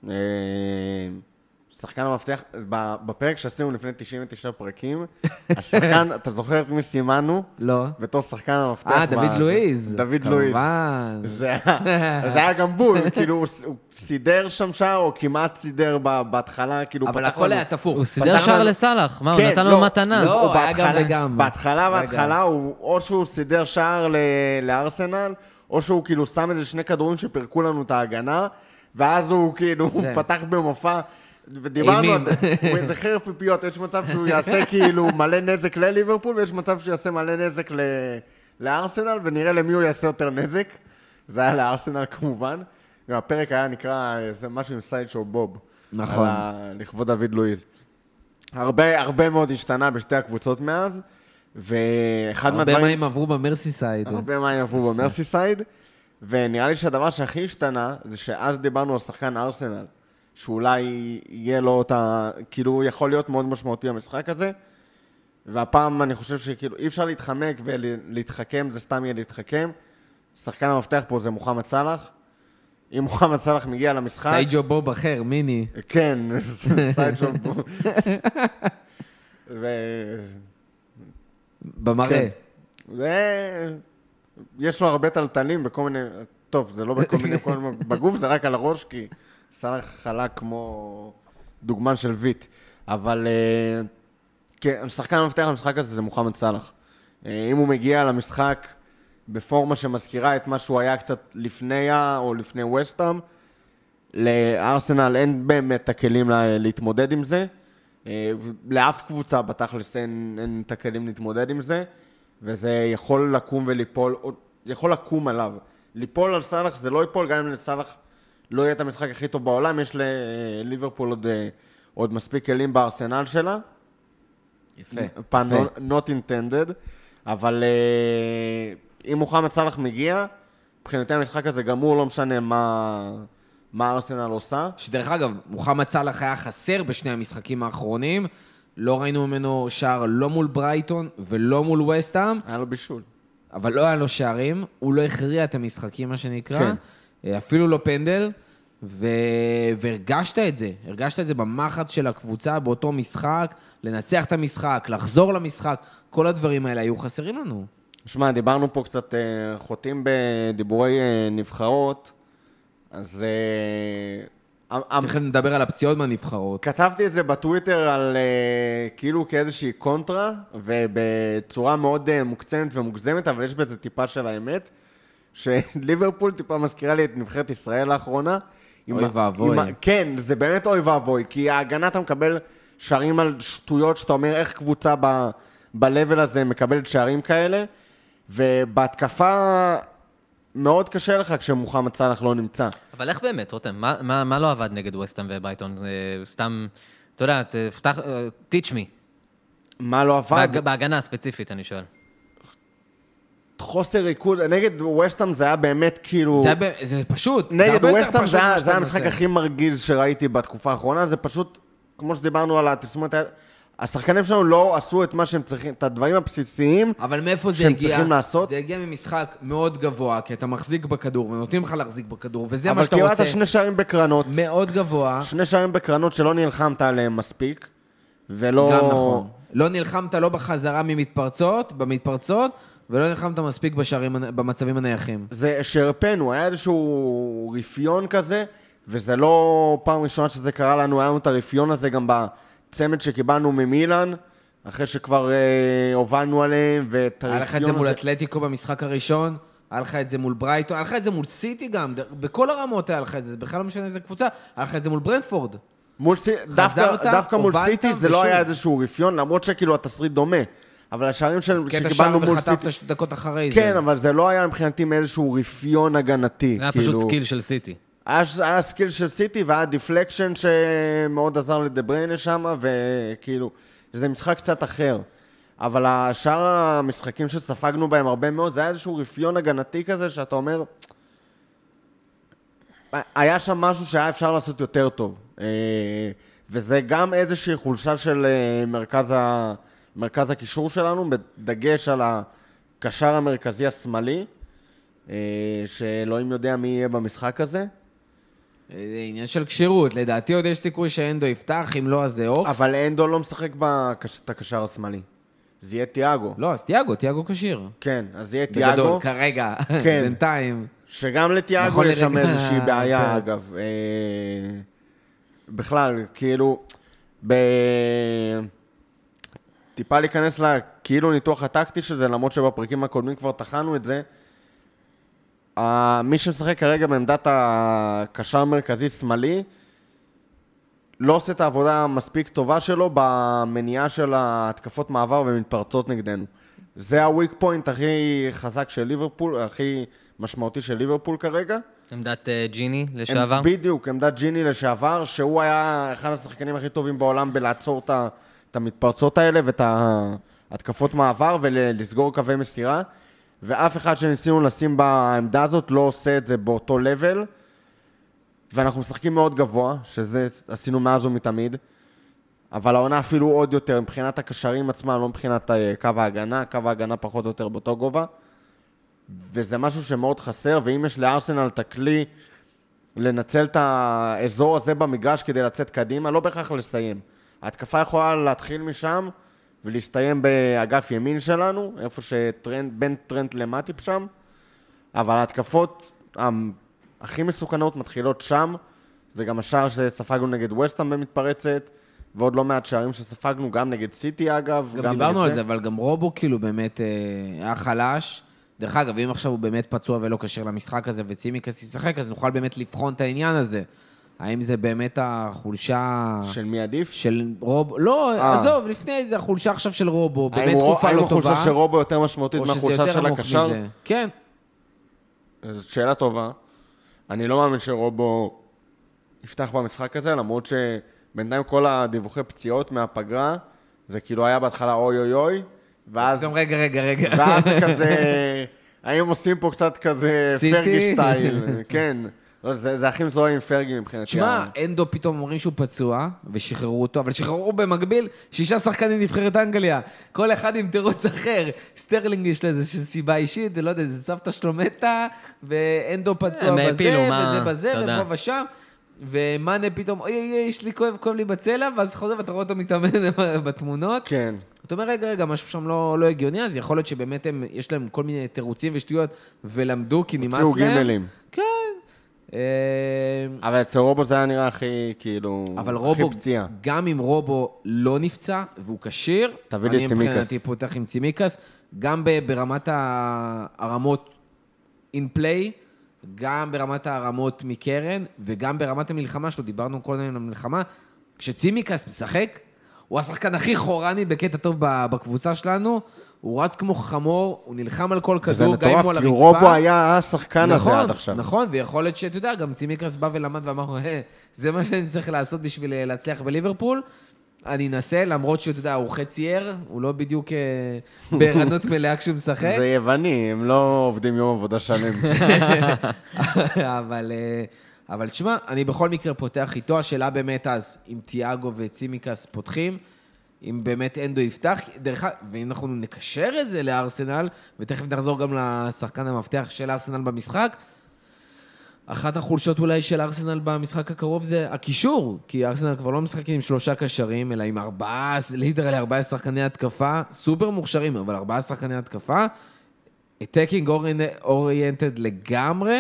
שחקן המפתח, בפרק שעשינו לפני 99 פרקים, השחקן, אתה זוכר את מי סימנו? לא. בתור שחקן המפתח. דוד לואיז. דוד לואיז. כמובן. זה היה גם בול, כאילו הוא סידר שם שער, או כמעט סידר בהתחלה, כאילו אבל הכל היה תפור. הוא סידר שער לסלח, מה, הוא נתן לו מתנה. לא, היה גם וגם. בהתחלה, או שהוא סידר שער לארסנל, או שהוא כאילו שם איזה שני כדורים שפרקו לנו את ההגנה, ואז הוא כאילו פתח במופע, ודיברנו על זה, זה חרף פיפיות, יש מצב שהוא יעשה כאילו מלא נזק לליברפול, ויש מצב שהוא יעשה מלא נזק לארסנל, ונראה למי הוא יעשה יותר נזק. זה היה לארסנל כמובן. הפרק היה נקרא משהו עם סייד שואו בוב. נכון. לכבוד דוד לואיז. הרבה מאוד השתנה בשתי הקבוצות מאז, ואחד מהדברים... הרבה מים עברו במרסיסייד. הרבה מים עברו במרסיסייד, ונראה לי שהדבר שהכי השתנה, זה שאז דיברנו על שחקן ארסנל, שאולי יהיה לו אותה, כאילו יכול להיות מאוד משמעותי במשחק הזה, והפעם אני חושב שכאילו אי אפשר להתחמק ולהתחכם, זה סתם יהיה להתחכם. שחקן המפתח פה זה מוחמד סלאח. אם מוחמד סלאח מגיע למשחק... סייג'ו בוב אחר, מיני. כן, סייג'ו בוב. במראה. יש לו הרבה טלטלים בכל מיני... טוב, זה לא בכל מיני... בגוף זה רק על הראש, כי סלאח חלק כמו דוגמן של ויט. אבל שחקן המפתח למשחק הזה זה מוחמד סלאח. אם הוא מגיע למשחק בפורמה שמזכירה את מה שהוא היה קצת לפני או לפני וסטהאם, לארסנל אין באמת הכלים להתמודד עם זה. לאף קבוצה בתכלס אין את הכלים להתמודד עם זה, וזה יכול לקום וליפול, יכול לקום עליו. ליפול על סלאח זה לא ייפול, גם אם לסלאח לא יהיה את המשחק הכי טוב בעולם, יש לליברפול עוד מספיק כלים בארסנל שלה. יפה. Not intended, אבל אם מוחמד סלאח מגיע, מבחינתי המשחק הזה גמור, לא משנה מה ארסנל עושה. שדרך אגב, מוחמד סלאח היה חסר בשני המשחקים האחרונים, לא ראינו ממנו שער לא מול ברייטון ולא מול וסטהאם. היה לו בישול. אבל לא היה לו שערים, הוא לא הכריע את המשחקים, מה שנקרא, כן. אפילו לא פנדל, והרגשת את זה במחץ של הקבוצה, באותו משחק, לנצח את המשחק, לחזור למשחק, כל הדברים האלה היו חסרים לנו. שמע, דיברנו פה קצת חוטאים בדיבורי נבחרות, אז תכף נדבר על הפציעות מהנבחרות. כתבתי את זה בטוויטר על כאילו כאיזושהי קונטרה, ובצורה מאוד מוקצנת ומוגזמת, אבל יש בזה טיפה של האמת, שליברפול טיפה מזכירה לי את נבחרת ישראל לאחרונה. אוי ואבוי. כן, זה באמת אוי ואבוי, כי ההגנה אתה מקבל שערים על שטויות, שאתה אומר איך קבוצה ב-level הזה מקבלת שערים כאלה, ובהתקפה מאוד קשה לך כשמוחמד סלאח לא נמצא. אבל איך באמת, רותם? מה לא עבד נגד ווסטהאם וברייטון? זה סתם, אתה יודע, תפתח, teach me. מה לא עבד? בהגנה הספציפית, אני שואל. חוסר ריכוז, נגד ווסטהאם זה היה באמת כאילו... זה פשוט. נגד ווסטהאם זה היה המשחק הכי מרגיז שראיתי בתקופה האחרונה, זה פשוט, כמו שדיברנו על התסמונת, השחקנים שלנו לא עשו את מה שהם צריכים, את הדברים הבסיסיים אבל מאיפה זה שהם הגיע? צריכים לעשות. זה הגיע ממשחק מאוד גבוה, כי אתה מחזיק בכדור, ונותנים לך להחזיק בכדור, וזה מה שאתה רוצה. אבל קיבלת 2 שערים בקרנות. מאוד גבוה. 2 שערים בקרנות שלא נלחמת עליהם מספיק, ולא... גם נכון. לא נלחמת לא בחזרה במתפרצות, ולא נלחמת מספיק במצבים הנייחים. זה שרפנו, היה איזשהו רפיון כזה, וזה לא פעם ראשונה שזה קרה לנו, היה לנו את הרפיון הזה גם בצמד שקיבלנו ממילן, אחרי שכבר הובלנו עליהם, ואת הרפיון הזה... היה לך את זה מול אתלטיקו במשחק הראשון, היה לך את זה מול ברייטון, היה לך את זה מול סיטי גם, בכל הרמות היה לך את זה, זה בכלל לא משנה איזה קבוצה, היה לך את זה מול ברנטפורד. דווקא מול סיטי זה לא היה איזשהו רפיון, למרות שכאילו התסריט דומה. אבל השערים שקיבלנו מול סיטי... וחטפת 2 דקות אחרי זה. כן, אבל זה לא היה מבחינתי מאיזשהו רפיון הגנתי. זה היה פשוט סקיל של סיטי. היה סקיל של סיטי והיה דיפלקשן שמאוד עזר לדבריינה שם, וכאילו, זה משחק קצת אחר. אבל השאר המשחקים שספגנו בהם הרבה מאוד, זה היה איזשהו רפיון הגנתי כזה, שאתה אומר, היה שם משהו שהיה אפשר לעשות יותר טוב. וזה גם איזושהי חולשה של מרכז הקישור שלנו, בדגש על הקשר המרכזי השמאלי, שאלוהים יודע מי יהיה במשחק הזה. זה עניין של קשירות, לדעתי עוד יש סיכוי שאנדו יפתח, אם לא אז זה אוקס. אבל אנדו לא משחק את הקשר השמאלי. זה יהיה תיאגו. לא, אז תיאגו כשיר. כן, אז יהיה תיאגו. בגדול, כרגע, כן. בינתיים. שגם לתיאגו יש שם איזושהי בעיה, אגב. בכלל, כאילו, טיפה להיכנס כאילו ניתוח הטקטי שזה, למרות שבפרקים הקודמים כבר תחנו את זה, מי שמשחק כרגע בעמדת הקשר מרכזי שמאלי, לא עושה את העבודה המספיק טובה שלו במניעה של ההתקפות מעבר ומתפרצות נגדנו. זה הוויק פוינט הכי חזק של ליברפול, הכי משמעותי של ליברפול כרגע. עמדת ג'יני לשעבר? בדיוק, עמדת ג'יני לשעבר, שהוא היה אחד השחקנים הכי טובים בעולם בלעצור את המתפרצות האלה ואת ההתקפות מעבר ולסגור קווי מסירה. ואף אחד שניסינו לשים בעמדה הזאת לא עושה את זה באותו לבל, ואנחנו משחקים מאוד גבוה, שזה עשינו מאז ומתמיד, אבל העונה אפילו עוד יותר, מבחינת הקשרים עצמם, לא מבחינת קו ההגנה פחות או יותר באותו גובה, וזה משהו שמאוד חסר, ואם יש לארסנל את הכלי לנצל את האזור הזה במגרש כדי לצאת קדימה, לא בהכרח לסיים. ההתקפה יכולה להתחיל משם, ולהסתיים באגף ימין שלנו, איפה בין טרנט למטיפ שם, אבל ההתקפות הכי מסוכנות מתחילות שם, זה גם השער שספגנו נגד ווסטהאם במתפרצת, ועוד לא מעט שערים שספגנו, גם נגד סיטי אגב. גם דיברנו על זה, אבל גם רובו כאילו באמת היה חלש. דרך אגב, אם עכשיו הוא באמת פצוע ולא קשר למשחק הזה, וצימקס ישחק, אז נוכל באמת לבחון את העניין הזה. האם זה באמת החולשה... של מי עדיף? של רובו... לא, עזוב, לפני זה החולשה עכשיו של רובו, באמת תקופה לא טובה. האם החולשה של רובו יותר משמעותית מהחולשה של הקשר? כן. זאת שאלה טובה. אני לא מאמין שרובו יפתח במשחק הזה, למרות שבינתיים כל הדיווחי פציעות מהפגרה, זה כאילו היה בהתחלה אוי אוי אוי, ואז... פתאום רגע. ואז כזה... האם עושים פה קצת כזה פרגי סטייל, כן. לא, זה הכי מזוהה עם פרגי מבחינתי. תשמע, אנדו פתאום אומרים שהוא פצוע, ושחררו אותו, אבל שחררו במקביל 6 שחקנים נבחרת אנגליה. כל אחד עם תירוץ אחר. סטרלינג יש לו איזושהי סיבה אישית, לא יודע, זה סבתא שלו מתה, ואנדו פצוע בזה, וזה בזה, ופה ושם. ומאנה פתאום, אוי, יש לי כואב לי בצלע, ואז חוזר ואתה רואה אותו מתאמן בתמונות. כן. אתה אומר, רגע, משהו שם לא הגיוני, אז יכול להיות שבאמת יש להם כל מיני תירוצים ושטויות, ולמדו כי נמאס להם. הוציאו גימלים. כן. אבל אצל רובו זה היה נראה הכי, כאילו, אבל הכי רובו, פציעה. גם אם רובו לא נפצע, והוא כשיר, תביא לי את צימיקס. אני מבחינתי פותח עם צימיקס, גם ברמת הרמות in play, גם ברמת הרמות מקרן, וגם ברמת המלחמה שלו, דיברנו כל הזמן על המלחמה, כשצימיקס משחק, הוא השחקן הכי חורני בקטע טוב בקבוצה שלנו, הוא רץ כמו חמור, הוא נלחם על כל כדור, גם אם הוא על הרצפה. כי רובו היה השחקן הזה עד עכשיו. נכון, ויכול להיות שאתה יודע, גם צימיקס בא ולמד ואמר, זה מה שאני צריך לעשות בשביל להצליח בליברפול, אני אנסה, למרות שאתה יודע, הוא חצי ער, הוא לא בדיוק בערנות מלאה כשהוא משחק. זה יווני, הם לא עובדים יום עבודה שלם. אבל תשמע, אני בכל מקרה פותח איתו, השאלה באמת אז, אם תיאגו וצימיקס פותחים, אם באמת אנדו יפתח, ואם אנחנו נקשר את זה לארסנל, ותכף נחזור גם לשחקן המפתח של ארסנל במשחק, אחת החולשות אולי של ארסנל במשחק הקרוב זה הקישור, כי ארסנל כבר לא משחקים עם 3 קשרים, אלא עם 4 שחקני התקפה, סופר מוכשרים, אבל 4 שחקני התקפה, attacking oriented לגמרי,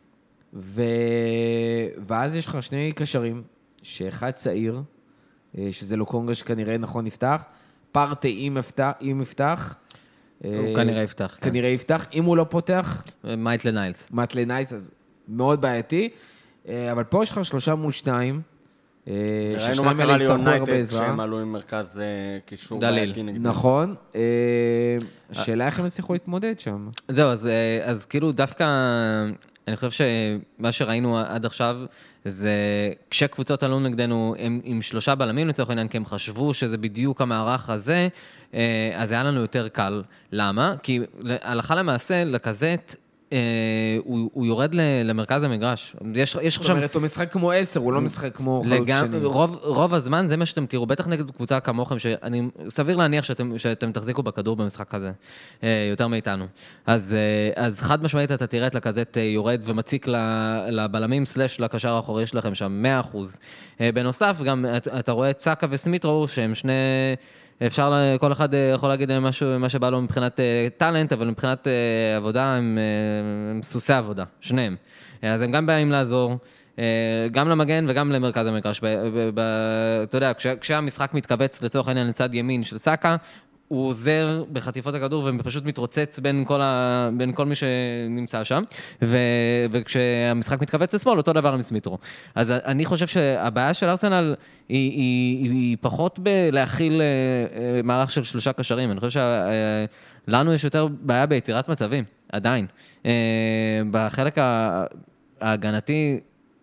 ואז יש לך 2 קשרים, שאחד צעיר, שזה לוקונגה שכנראה נכון יפתח, פארטה אם יפתח, הוא כנראה יפתח. כנראה יפתח, אם הוא לא פותח, מייטלה ניילס. מייטלה ניילס, אז מאוד בעייתי, אבל פה יש לך 3 מול 2, ראינו מה קרה לי יונייטד כשהם עלו עם מרכז קישור בעייתי נגדם. נכון, השאלה איך הם הצליחו להתמודד שם. זהו, אז כאילו דווקא, אני חושב שמה שראינו עד עכשיו, זה כשקבוצות עלו נגדנו עם 3 בלמים לצורך העניין, כי הם חשבו שזה בדיוק המערך הזה, אז היה לנו יותר קל. למה? כי הלכה למעשה, לקזט, הוא יורד למרכז המגרש. זאת אומרת, הוא משחק כמו 10, הוא לא משחק כמו חלוץ שני. רוב הזמן זה מה שאתם תראו, בטח נגד קבוצה כמוכם, שאני סביר להניח שאתם תחזיקו בכדור במשחק הזה, יותר מאיתנו. אז חד משמעית אתה תראה את לקזט יורד ומציק לבלמים סלש לקשר האחורי שלכם שם, 100%. בנוסף, גם אתה רואה את סאקה וסמיטרו, שהם שני... אפשר, כל אחד יכול להגיד משהו, מה שבא לו מבחינת טלנט, אבל מבחינת עבודה, הם סוסי עבודה, שניהם. אז הם גם באים לעזור, גם למגן וגם למרכז המגרש. אתה יודע, כשהמשחק מתכווץ לצורך העניין לצד ימין של סאקה, הוא עוזר בחטיפות הכדור ופשוט מתרוצץ בין כל מי שנמצא שם, וכשהמשחק מתכווץ לשמאל, אותו דבר עם סמיטרו. אז אני חושב שהבעיה של ארסנל היא פחות בלהכיל מערך של 3 קשרים. אני חושב שלנו יש יותר בעיה ביצירת מצבים, עדיין. בחלק ההגנתי,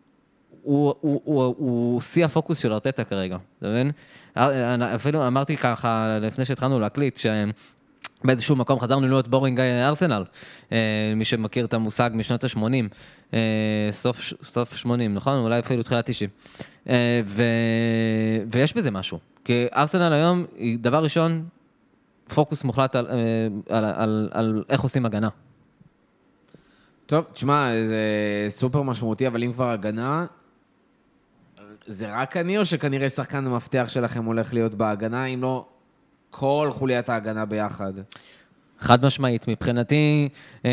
הוא שיא הפוקוס של ארטטה כרגע, אתה מבין? אפילו אמרתי ככה, לפני שהתחלנו להקליט, שבאיזשהו מקום חזרנו להיות בורינג ארסנל, מי שמכיר את המושג משנות ה-80, סוף 80, נכון? אולי אפילו תחילת 90. ויש בזה משהו, כי ארסנל היום היא דבר ראשון, פוקוס מוחלט על איך עושים הגנה. טוב, תשמע, זה סופר משמעותי, אבל אם כבר הגנה, זה רק אני או שכנראה שחקן המפתח שלכם הולך להיות בהגנה, אם לא כל חוליית ההגנה ביחד? חד משמעית, מבחינתי,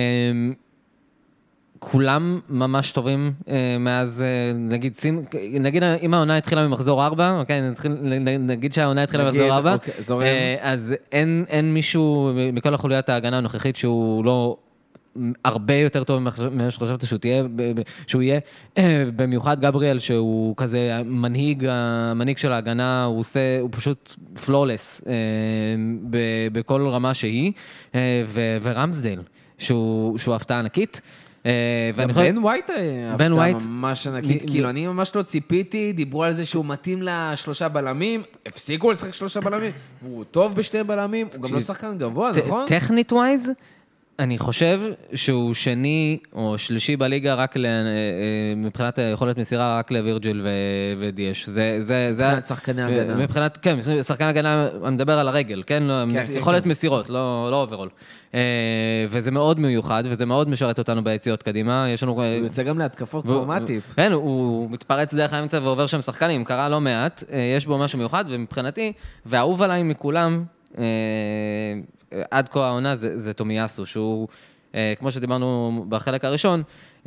כולם ממש טובים מאז, נגיד אם העונה התחילה ממחזור 4, אוקיי, נגיד שהעונה התחילה ממחזור 4, אז אין מישהו מכל החוליית ההגנה הנוכחית שהוא לא... הרבה יותר טוב ממה שחשבת שהוא יהיה, במיוחד גבריאל, שהוא כזה המנהיג של ההגנה, הוא פשוט פלולס בכל רמה שהיא, ורמסדייל, שהוא הפתעה ענקית. בן ווייט הפתעה ממש ענקית, כאילו אני ממש לא ציפיתי, דיברו על זה שהוא מתאים ל3 בלמים, הפסיקו לשחק 3 בלמים, והוא טוב ב2 בלמים, הוא גם לא שחקן גבוה, נכון? טכנית ווייז, אני חושב שהוא שני או שלישי בליגה רק מבחינת יכולת מסירה רק לווירג'יל ודיאש. מבחינת שחקני הגנה. מבחינת, כן, שחקן הגנה, אני מדבר על הרגל, כן? יכולת מסירות, לא אוברול. וזה מאוד מיוחד, וזה מאוד משרת אותנו ביציאות קדימה. יש לנו... הוא יוצא גם להתקפות קרומטית. כן, הוא מתפרץ דרך האמצע ועובר שם שחקנים, קרה לא מעט, יש בו משהו מיוחד, ומבחינתי, והאהוב עליי מכולם, עד כה העונה זה תומיאסו, שהוא, כמו שדיברנו בחלק הראשון,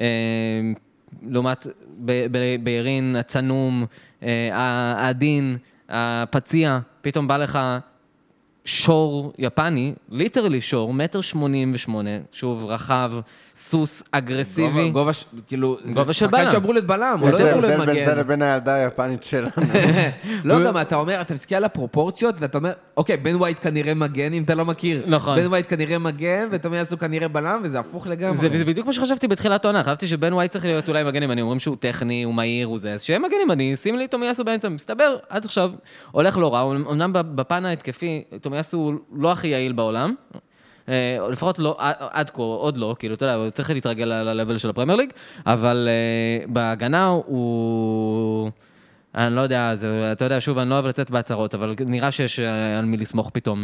לעומת בירין, הצנום, העדין, הפציע, פתאום בא לך שור יפני, ליטרלי שור, 1.88 מטר, שוב רחב, סוס אגרסיבי. גובה, כאילו, גובה של בלם. שחקן שאמרו לבלם, הוא לא אמרו הבדל למגן. בין זה לבין הילדה היפנית שלנו. לא, גם אתה אומר, אתה מסתכל על הפרופורציות, ואתה אומר, אוקיי, בן ווייט כנראה מגן, אם אתה לא מכיר. נכון. בן ווייט כנראה מגן, ותומיאסו כנראה בלם, וזה הפוך לגמרי. זה בדיוק מה שחשבתי בתחילת העונה, חשבתי שבן ווייט צריך להיות אולי מגן ימני, אומרים שהוא טכני, הוא מהיר, הוא זה, אז שיהיה מגן ימני, שים לי תומיאסו באמצע, מסתבר, עד עכשיו הולך לא רע, אמנם בפן ההתקפי, תומיאסו לא הכי יעיל בעולם, לפחות לא, עד כה, עוד לא, כאילו, אתה יודע, הוא צריך להתרגל ללבל של הפרמייר ליג, אבל בהגנה הוא... אני לא יודע, אתה יודע, שוב, אני לא אוהב לצאת בהצהרות, אבל נראה שיש על מי לסמוך פתאום,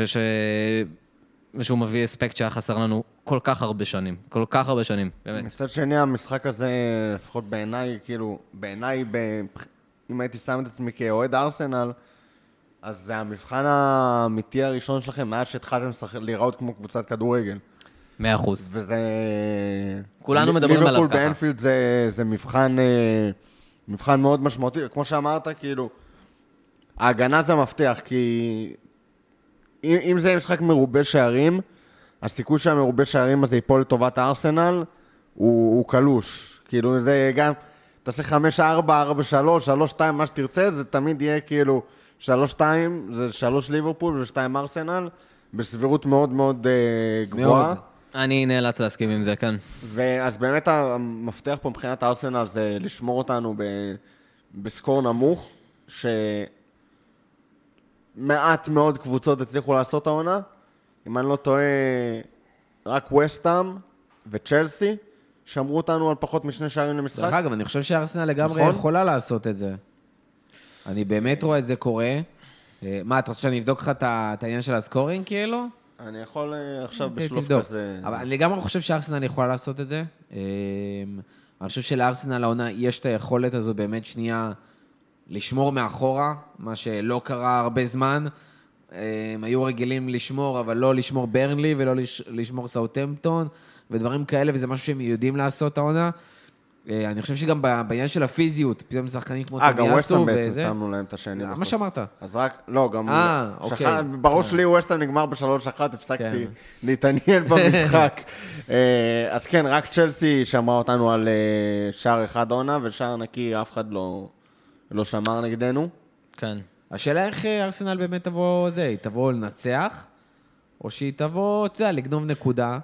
ושהוא מביא אספקט שהיה חסר לנו כל כך הרבה שנים, באמת. מצד שני, המשחק הזה, לפחות בעיניי, כאילו, בעיניי, אם הייתי שם את עצמי כאוהד ארסנל, אז זה המבחן האמיתי הראשון שלכם, מאז שהתחלתם להיראות כמו קבוצת כדורגל. 100%. וזה... כולנו מדברים עליו ליברפול ככה. באנפילד זה מבחן מאוד משמעותי, כמו שאמרת, כאילו, ההגנה זה המפתח, כי אם זה משחק מרובה שערים, הסיכוי שהמרובה שערים הזה ייפול לטובת הארסנל, הוא קלוש. כאילו, זה גם, תעשה 5-4, 4-3, 3-2, מה שתרצה, זה תמיד יהיה כאילו 3-2, זה 3 ליברפול ו2 ארסנל, בסבירות מאוד מאוד גבוהה. מאוד. אני נאלץ להסכים עם זה, כן. אז באמת המפתח פה מבחינת הארסנל זה לשמור אותנו בסקור נמוך, שמעט מאוד קבוצות הצליחו לעשות העונה. אם אני לא טועה, רק ווסטהאם וצ'לסי שמרו אותנו על פחות משני שערים למשחק. דרך אגב, אני חושב שארסנל לגמרי נכון? יכולה לעשות את זה. אני באמת רואה את זה קורה. מה, אתה רוצה שאני אבדוק לך את העניין של הסקורינג כאילו? אני יכול עכשיו בשלוף תבדוק. כזה... אבל אני לגמרי חושב שארסנל יכולה לעשות את זה. אני חושב שלארסנל העונה יש את היכולת הזו באמת שנייה לשמור מאחורה, מה שלא קרה הרבה זמן. הם היו רגילים לשמור, אבל לא לשמור ברנלי ולא לשמור סאוטהמפטון ודברים כאלה, וזה משהו שהם יודעים לעשות העונה. אני חושב שגם בעניין של הפיזיות, פתאום שחקנים כמו גם תומיאסו ווסטהאם וזה. בעצם שמנו להם את השני בסוף. מה שאמרת? אז רק, לא, גם... אוקיי. בראש שלי ווסטהאם נגמר ב3-1, הפסקתי כן. להתעניין במשחק. אז כן, רק צ'לסי שמרה אותנו על שער אחד עונה, ושער נקי אף אחד לא שמר נגדנו. כן. השאלה איך ארסנל באמת תבוא זה, היא תבוא לנצח, או שהיא תבוא, אתה יודע, לגנוב נקודה.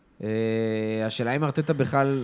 השאלה אם ארטטה בכלל,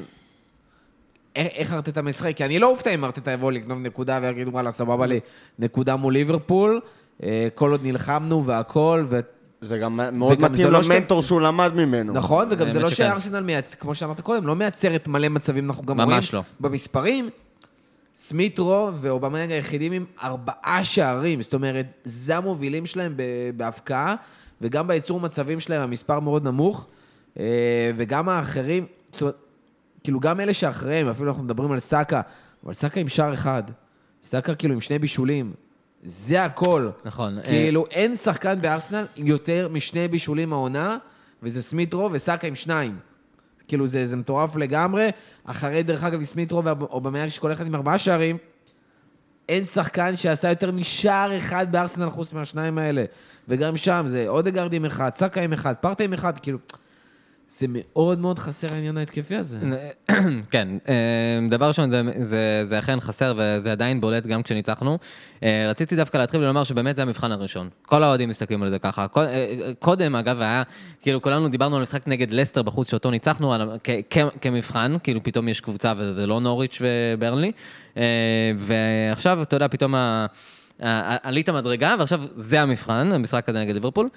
איך ארטטה משחק? כי אני לא אופתע אם ארטטה יבוא לגנוב נקודה ויגידו, וואלה, סבבה לי, נקודה מול ליברפול, כל עוד נלחמנו והכל, זה גם מאוד מתאים למנטור שהוא למד ממנו. נכון, וגם זה לא שכן. שארסנל מייצר, כמו שאמרת קודם, לא מייצרת מלא מצבים, אנחנו גם רואים ממש לא. במספרים, סמיטרו ואובמיאנג היחידים עם 4 שערים, זאת אומרת, זה המובילים שלהם בהפקעה, וגם בייצור מצבים שלהם המספר מאוד נמוך, וגם האחרים, זאת אומרת, כאילו גם אלה שאחריהם, אפילו אנחנו מדברים על סאקה, אבל סאקה עם שער אחד, סאקה כאילו עם 2 בישולים, זה הכל. נכון. כאילו אין שחקן בארסנל עם יותר מ2 בישולים העונה, וזה סמיטרו וסאקה עם 2. כאילו זה מטורף לגמרי, אחרי דרך אגב סמיטרו ואובמיאנג שכל אחד עם 4 שערים, אין שחקן שעשה יותר משער אחד בארסנל חוץ מהשניים האלה, וגם שם זה אודגארד עם 1, סאקה עם 1, פרטה עם 1, כאילו, זה מאוד מאוד חסר העניין ההתקפי הזה. כן, דבר ראשון, זה אכן חסר, וזה עדיין בולט גם כשניצחנו. רציתי דווקא להתחיל ולומר שבאמת זה המבחן הראשון. כל האוהדים מסתכלים על זה ככה. קודם, אגב, היה, כאילו, כולנו דיברנו על משחק נגד לסטר בחוץ, שאותו ניצחנו כמבחן, כאילו, פתאום יש קבוצה, וזה לא נוריץ' וברנלי. ועכשיו, אתה יודע, פתאום עלית מדרגה, ועכשיו זה המבחן, המשחק הזה נגד ליברפול,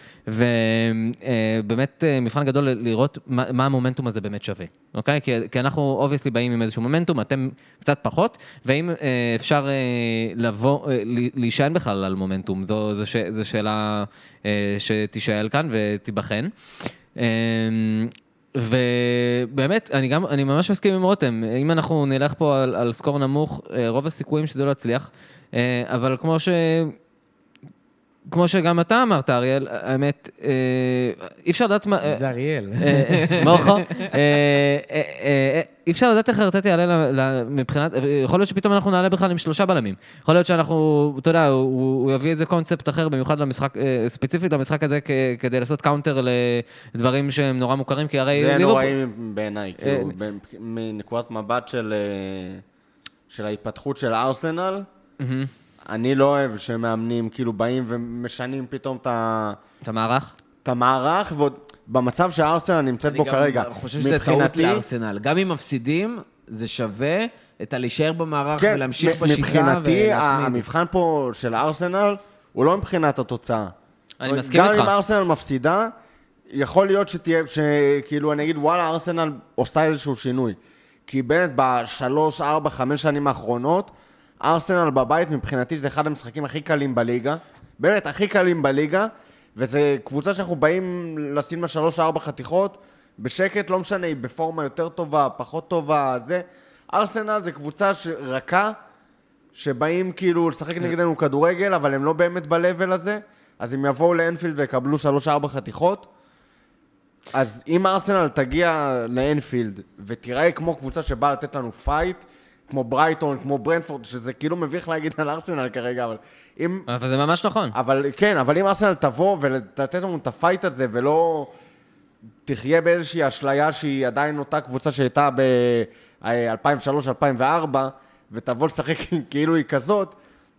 ובאמת מבחן גדול לראות מה המומנטום הזה באמת שווה, אוקיי? כי אנחנו אובייסלי באים עם איזשהו מומנטום, אתם קצת פחות, ואם אפשר להישען בכלל על מומנטום, זו שאלה שתישאל כאן ותיבחן. ובאמת, אני ממש מסכים עם רותם, אם אנחנו נלך פה על סקור נמוך, רוב הסיכויים שזה לא יצליח, אבל כמו שגם אתה אמרת, אריאל, האמת, אי אפשר לדעת מה... זה אריאל. מורכו. אי אפשר לדעת איך ארטטי יעלה מבחינת... יכול להיות שפתאום אנחנו נעלה בכלל עם 3 בלמים. יכול להיות שאנחנו, אתה יודע, הוא יביא איזה קונספט אחר, במיוחד למשחק, ספציפית למשחק הזה, כדי לעשות קאונטר לדברים שהם נורא מוכרים, כי הרי... זה נוראים בעיניי, כאילו, מנקודת מבט של ההתפתחות של ארסנל, אני לא אוהב שמאמנים כאילו באים ומשנים פתאום את המערך? את המערך, ועוד במצב שהארסנל נמצאת בו כרגע. אני חושב שזה טעות לארסנל. גם אם מפסידים, זה שווה את להישאר במערך ולהמשיך בשיטה. מבחינתי, המבחן פה של הארסנל, הוא לא מבחינת התוצאה. אני מסכים איתך. גם אם ארסנל מפסידה, יכול להיות שכאילו אני אגיד, וואלה, ארסנל עושה איזשהו שינוי. כי באמת ב3, 4, 5 שנים האחרונות, ארסנל בבית מבחינתי זה אחד המשחקים הכי קלים בליגה, באמת הכי קלים בליגה, וזה קבוצה שאנחנו באים לשים לה 3-4 חתיכות, בשקט, לא משנה, היא בפורמה יותר טובה, פחות טובה, זה. ארסנל זה קבוצה רכה, שבאים כאילו לשחק נגדנו כדורגל, אבל הם לא באמת בלבל הזה, אז הם יבואו לאנפילד ויקבלו 3-4 חתיכות, אז אם ארסנל תגיע לאנפילד, ותראה כמו קבוצה שבאה לתת לנו פייט, כמו ברייטון, כמו ברנפורד, שזה כאילו מביך להגיד על ארסנל כרגע, אבל אם... אבל זה ממש נכון. אבל אם ארסנל תבוא ולתת לנו את הפייט הזה, ולא תחיה באיזושהי אשליה שהיא עדיין אותה קבוצה שהייתה ב-2003-2004, ותבוא לשחק כאילו היא כזאת,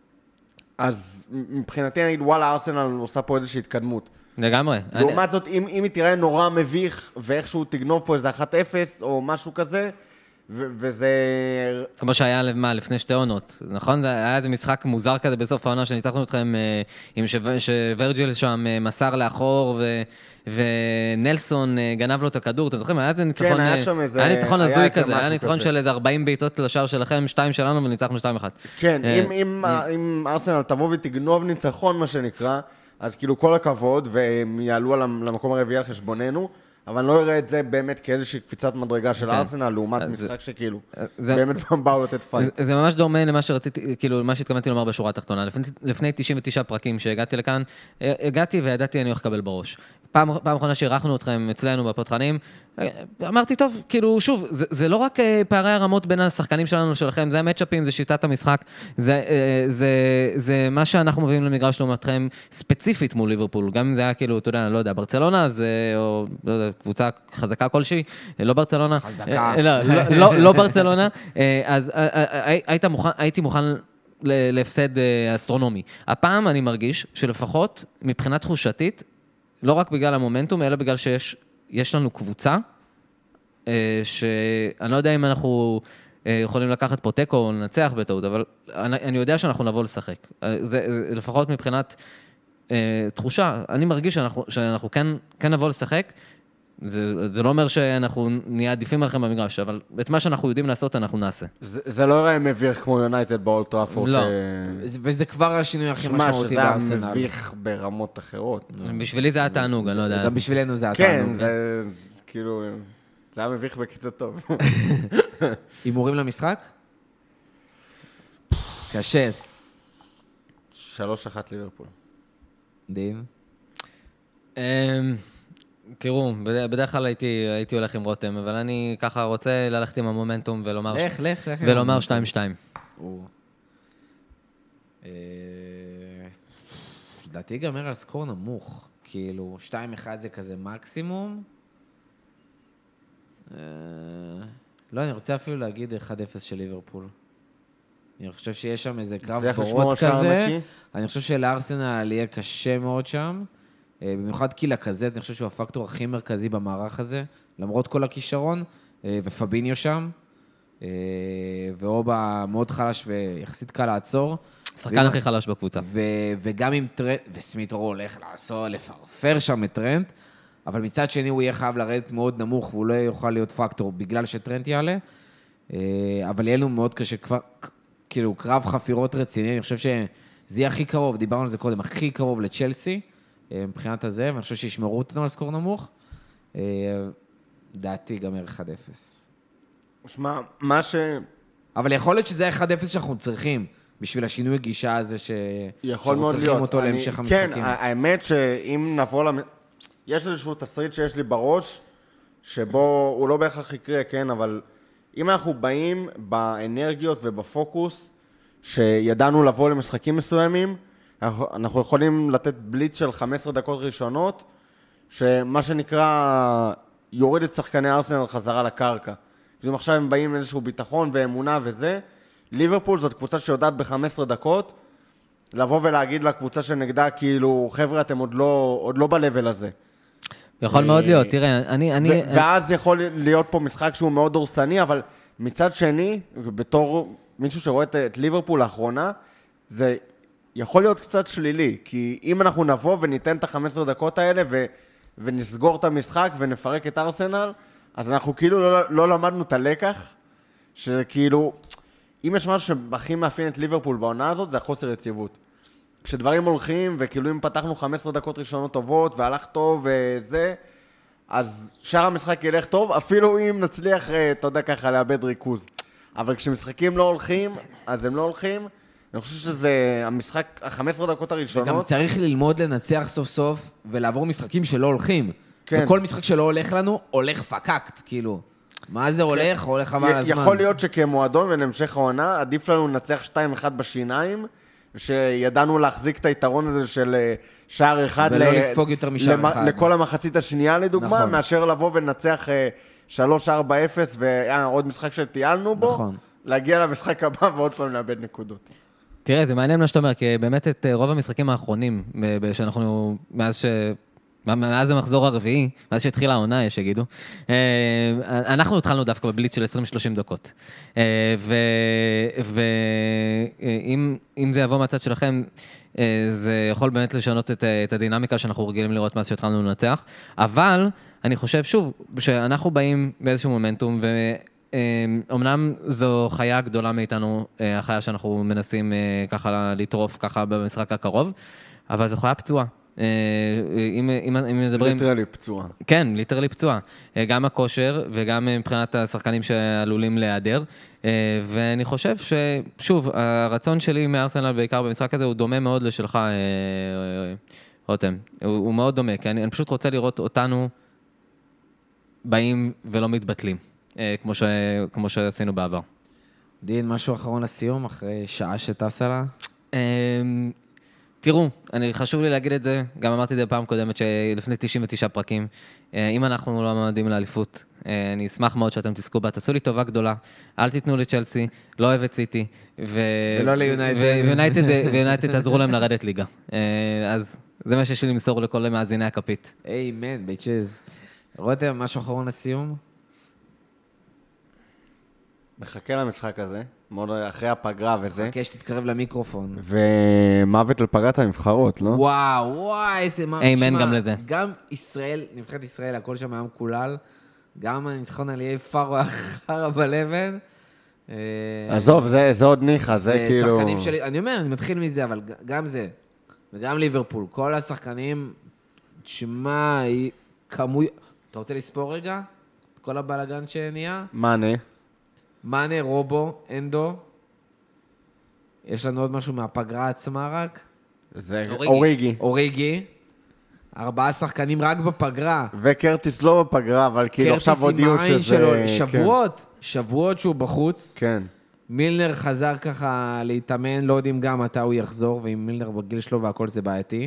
אז מבחינתי אני אגיד, וואלה, ארסנל עושה פה איזושהי התקדמות. לגמרי. לעומת זאת, אם היא תראה נורא מביך, ואיכשהו תגנוב פה איזה 1-0 או משהו כזה, וזה... כמו שהיה לפני 2 עונות, נכון? היה איזה משחק מוזר כזה בסוף העונה שניתחנו אתכם עם שוורג'יל שם מסר לאחור ונלסון גנב לו את הכדור, אתם זוכרים? היה איזה ניצחון... כן, היה שם איזה... היה ניצחון הזוי כזה, היה ניצחון של איזה 40 בעיטות לשער שלכם, 2 שלנו וניצחנו 2-1. כן, אם ארסנל תבוא ותגנוב ניצחון, מה שנקרא, אז כאילו כל הכבוד, והם יעלו למקום הרביעי על חשבוננו, אבל אני לא אראה את זה באמת כאיזושהי קפיצת מדרגה של ארסנל, לעומת משחק שכאילו באמת באו לתת פייט. זה ממש דומה למה שרציתי, כאילו, מה שהתכוונתי לומר בשורה התחתונה. לפני 99 פרקים שהגעתי לכאן, הגעתי וידעתי אני הולך לקבל בראש. פעם אחרונה שאירחנו אתכם אצלנו בפודחנים, אמרתי, טוב, כאילו, שוב, זה לא רק פערי הרמות בין השחקנים שלנו שלכם, זה המצ'אפים, זה שיטת המשחק, זה מה שאנחנו מביאים למגרש לעומתכם ספציפית מול ליברפול, גם אם זה היה כאילו, אתה יודע, לא יודע, ברצלונה, או לא יודע, קבוצה חזקה כלשהי, לא ברצלונה. חזקה. לא ברצלונה, אז הייתי מוכן להפסד אסטרונומי. הפעם אני מרגיש שלפחות מבחינת תחושתית, לא רק בגלל המומנטום, אלא בגלל שיש לנו קבוצה, שאני לא יודע אם אנחנו יכולים לקחת פה טקו או לנצח בטעות, אבל אני יודע שאנחנו נבוא לשחק. זה לפחות מבחינת תחושה, אני מרגיש שאנחנו כן נבוא לשחק, זה לא אומר שאנחנו נהיה עדיפים עליכם במגרש, אבל את מה שאנחנו יודעים לעשות, אנחנו נעשה. זה לא יראה מביך כמו יונייטד באולד טראפורד. לא. וזה כבר השינוי הכי משמעותי בארסנל. שזה היה מביך ברמות אחרות. בשבילי זה היה תענוג, אני לא יודע. גם בשבילנו זה היה כן, תענוג. זה כאילו, זה היה מביך בקטע טוב. הימורים למשחק? קשה. 3-1 ליברפול. דין? תראו, בדרך כלל הייתי הולך עם רותם, אבל אני ככה רוצה ללכת עם המומנטום ולומר... ולומר 2-2. לדעתי ייגמר על סקור נמוך. כאילו, 2-1 זה כזה מקסימום. לא, אני רוצה אפילו להגיד 1-0 של ליברפול. אני חושב שיש שם איזה קרב בורות כזה. אני חושב שלארסנל יהיה קשה מאוד שם. במיוחד כי לקזט, אני חושב שהוא הפקטור הכי מרכזי במערך הזה, למרות כל הכישרון, ופביניו שם. ואובה מאוד חלש ויחסית קל לעצור. שחקן הכי חלש בקבוצה. וגם אם טרנט, וסמית'רו הולך לפרפר שם את טרנט, אבל מצד שני הוא יהיה חייב לרדת מאוד נמוך, והוא לא יוכל להיות פקטור בגלל שטרנט יעלה. אבל יהיה לנו מאוד קשה, כאילו קרב חפירות רציני, אני חושב שזה יהיה הכי קרוב, דיברנו על זה קודם, הכי קרוב לצ'לסי, מבחינת הזה, ואני חושב שישמרו אותנו על סקור נמוך. דעתי גם 1-0. שמע, אבל יכול להיות שזה 1-0 שאנחנו צריכים, בשביל השינוי הגישה הזה שאנחנו צריכים אותו להמשך המשחקים. כן, האמת שאם נבוא יש איזשהו תסריט שיש לי בראש, שבו הוא לא בהכרח יקרה, כן, אבל אם אנחנו באים באנרגיות ובפוקוס, שידענו לבוא למשחקים מסוימים, אנחנו יכולים לתת בליץ של 15 דקות ראשונות, שמה שנקרא יוריד את שחקני ארסנל חזרה לקרקע. אם עכשיו הם באים עם איזשהו ביטחון ואמונה וזה, ליברפול זאת קבוצה שיודעת ב-15 דקות, לבוא ולהגיד לקבוצה שנגדה, כאילו, חבר'ה, אתם עוד לא ב-level הזה. יכול מאוד להיות, תראה, ואז יכול להיות פה משחק שהוא מאוד דורסני, אבל מצד שני, בתור מישהו שרואה את ליברפול לאחרונה, זה יכול להיות קצת שלילי, כי אם אנחנו נבוא וניתן את ה-15 דקות האלה, ונסגור את המשחק ונפרק את ארסנל, אז אנחנו כאילו לא למדנו את הלקח, שכאילו, אם יש משהו שהכי מאפיין את ליברפול בעונה הזאת, זה החוסר יציבות. כשדברים הולכים, וכאילו אם פתחנו 15 דקות ראשונות טובות, והלך טוב וזה, אז שאר המשחק ילך טוב, אפילו אם נצליח, אתה יודע ככה, לאבד ריכוז. אבל כשמשחקים לא הולכים, אז הם לא הולכים. אני חושב שזה המשחק, ה-15 דקות הראשונות. וגם צריך ללמוד לנצח סוף סוף, ולעבור משחקים שלא הולכים. כן. וכל משחק שלא הולך לנו, הולך פקקט, כאילו. מה זה הולך? הולך חבל הזמן. יכול להיות שכמועדון ולהמשך העונה, עדיף לנו לנצח 2-1 בשיניים, שידענו להחזיק את היתרון הזה של שער אחד ולא לספוג יותר משער אחד. לכל המחצית השנייה לדוגמה, נכון. מאשר לבוא ולנצח 3-4-0 ועוד משחק שטיילנו בו, נכון. להגיע למשחק הבא ועוד פעם לאבד נקודות. תראה, זה מעניין מה שאתה אומר, כי באמת את רוב המשחקים האחרונים, שאנחנו, מאז המחזור הרביעי, מאז שהתחילה העונה, יש שיגידו, אנחנו התחלנו דווקא בבליץ של 20-30 דקות. ואם זה יבוא מהצד שלכם, זה יכול באמת לשנות את הדינמיקה שאנחנו רגילים לראות מאז שהתחלנו לנצח, אבל אני חושב שוב, שאנחנו באים באיזשהו מומנטום, אמנם זו חיה גדולה מאיתנו, החיה שאנחנו מנסים ככה לטרוף ככה במשחק הקרוב, אבל זו חיה פצועה. אם מדברים... ליטרלי פצועה. כן, ליטרלי פצועה. גם הכושר וגם מבחינת השחקנים שעלולים להיעדר. ואני חושב ששוב, הרצון שלי מארסנל בעיקר במשחק הזה הוא דומה מאוד לשלך, רותם. הוא מאוד דומה, כי אני פשוט רוצה לראות אותנו באים ולא מתבטלים. כמו שעשינו בעבר. דין, משהו אחרון לסיום, אחרי שעה שטסה לה? תראו, חשוב לי להגיד את זה, גם אמרתי את זה פעם קודמת, שלפני 99 פרקים, אם אנחנו לא מעמדים לאליפות, אני אשמח מאוד שאתם תזכו בה, תעשו לי טובה גדולה, אל תיתנו לצ'לסי, לא אוהב את סיטי, ולא ויונייטד תעזרו להם לרדת ליגה. אז זה מה שיש לי למסור לכל מאזיני הכפית. אמן, ביצ'ז. רותם, משהו אחרון לסיום? מחכה למשחק הזה, מאוד אחרי הפגרה וזה. מחכה שתתקרב למיקרופון. ומוות לפגרת הנבחרות, לא? וואו, איזה מה... אמן גם לזה. גם ישראל, נבחרת ישראל, הכל שם היה מקולל, גם הניצחון על איי פארו אחר בלבן. עזוב, זה עוד ניחה, זה כאילו... ושחקנים שלי, אני אומר, אני מתחיל מזה, אבל גם זה, וגם ליברפול, כל השחקנים, תשמע, כמוי... אתה רוצה לספור רגע? כל הבלגן שנהיה? מאנה, רובו, אנדו. יש לנו עוד משהו מהפגרה עצמה רק? זה אוריגי. אוריגי. 4 שחקנים רק בפגרה. וקרטיס לא בפגרה, אבל כאילו עכשיו הודיעו שזה... קרטיס עם העין שלו, שבועות שהוא בחוץ. כן. מילנר חזר ככה להתאמן, לא יודעים גם מתי הוא יחזור, ועם מילנר בגיל שלו והכל זה בעייתי.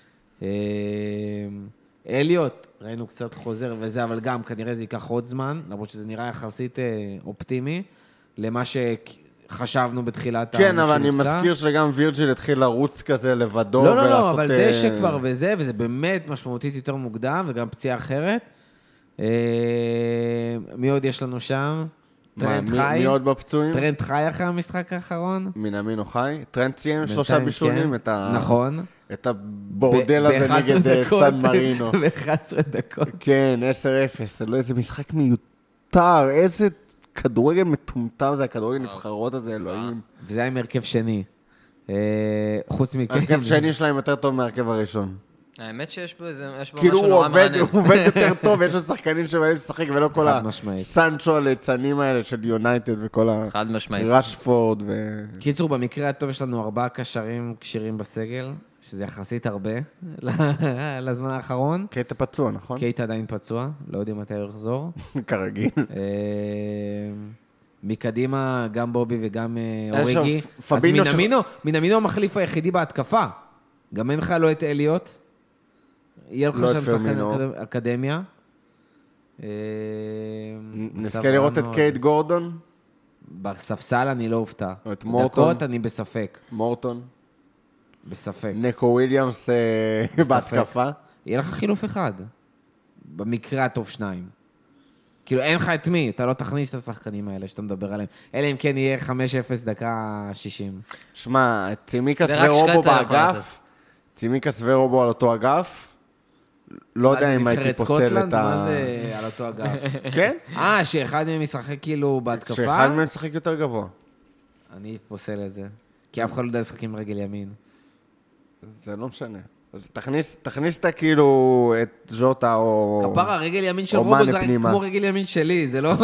אליוט, ראינו קצת חוזר וזה, אבל גם כנראה זה ייקח עוד זמן, למרות שזה נראה יחסית אופטימי, למה שחשבנו בתחילת העונה כן, אבל אני מזכיר שגם וירג'יל התחיל לרוץ כזה לבדו. לא, אבל דשא כבר וזה באמת משמעותית יותר מוקדם, וגם פציעה אחרת. מי עוד יש לנו שם? טרנד מי חי, עוד בפצועים? טרנד חי אחרי המשחק האחרון. מינמינו חי. טרנד סיים 3 בינתיים בישולים, כן. נכון. את הבורדל הזה נגד סן מרינו. ב-11 דקות. כן, 10-0. לא, איזה משחק מיותר, איזה כדורגל מטומטם זה, הכדורגל נבחרות הזה, אלוהים. וזה היה עם הרכב שני. חוץ מכן. הרכב שני שלהם יותר טוב מהרכב הראשון. האמת שיש בו כאילו משהו הוא נורא מעניין. עובד יותר טוב, יש לו שחקנים שבאים לשחק, ולא כל חד משמעית. הסנצ'ו הליצנים האלה של יונייטד וכל חד משמעית. הרשפורד קיצור, במקרה הטוב יש לנו 4 קשרים כשירים בסגל, שזה יחסית הרבה לזמן האחרון. קייטה פצוע, נכון? קייט עדיין פצוע, לא יודעים מתי הוא יחזור. כרגיל. מקדימה, גם בובי וגם יש שם אוריגי. אז פביניו מינמינו המחליף היחידי בהתקפה. גם אין לך לא את אליוט. יהיה לך לא את שם שחקן פרמינו. אקדמיה. נזכה לראות את קייט גורדון, בספסל אני לא אופתע. או את מורטון. דקות אני בספק. מורטון, בספק. נקו וויליאמס בהתקפה. יהיה לך חילוף אחד. במקרה הטוב 2. כאילו אין לך את מי, אתה לא תכניס את השחקנים האלה שאתה מדבר עליהם. אלא אם כן יהיה 5-0 דקה 60. שמע, צימיקס זה רק ורובו שקטה יכול באגף, צימיקס ורובו על אותו אגף, לא יודע אם הייתי פוסל את ה... מה זה על אותו אגף? כן? שאחד מהם ישחק כאילו בהתקפה? שאחד מהם משחק יותר גבוה. אני פוסל את זה. כי אף אחד לא יודע לשחק עם רגל ימין. זה לא משנה. אז תכניס את כאילו את ז'וטה או... כפרה, רגל ימין של או רובו מאנה זה פנימה. כמו רגל ימין שלי, זה לא...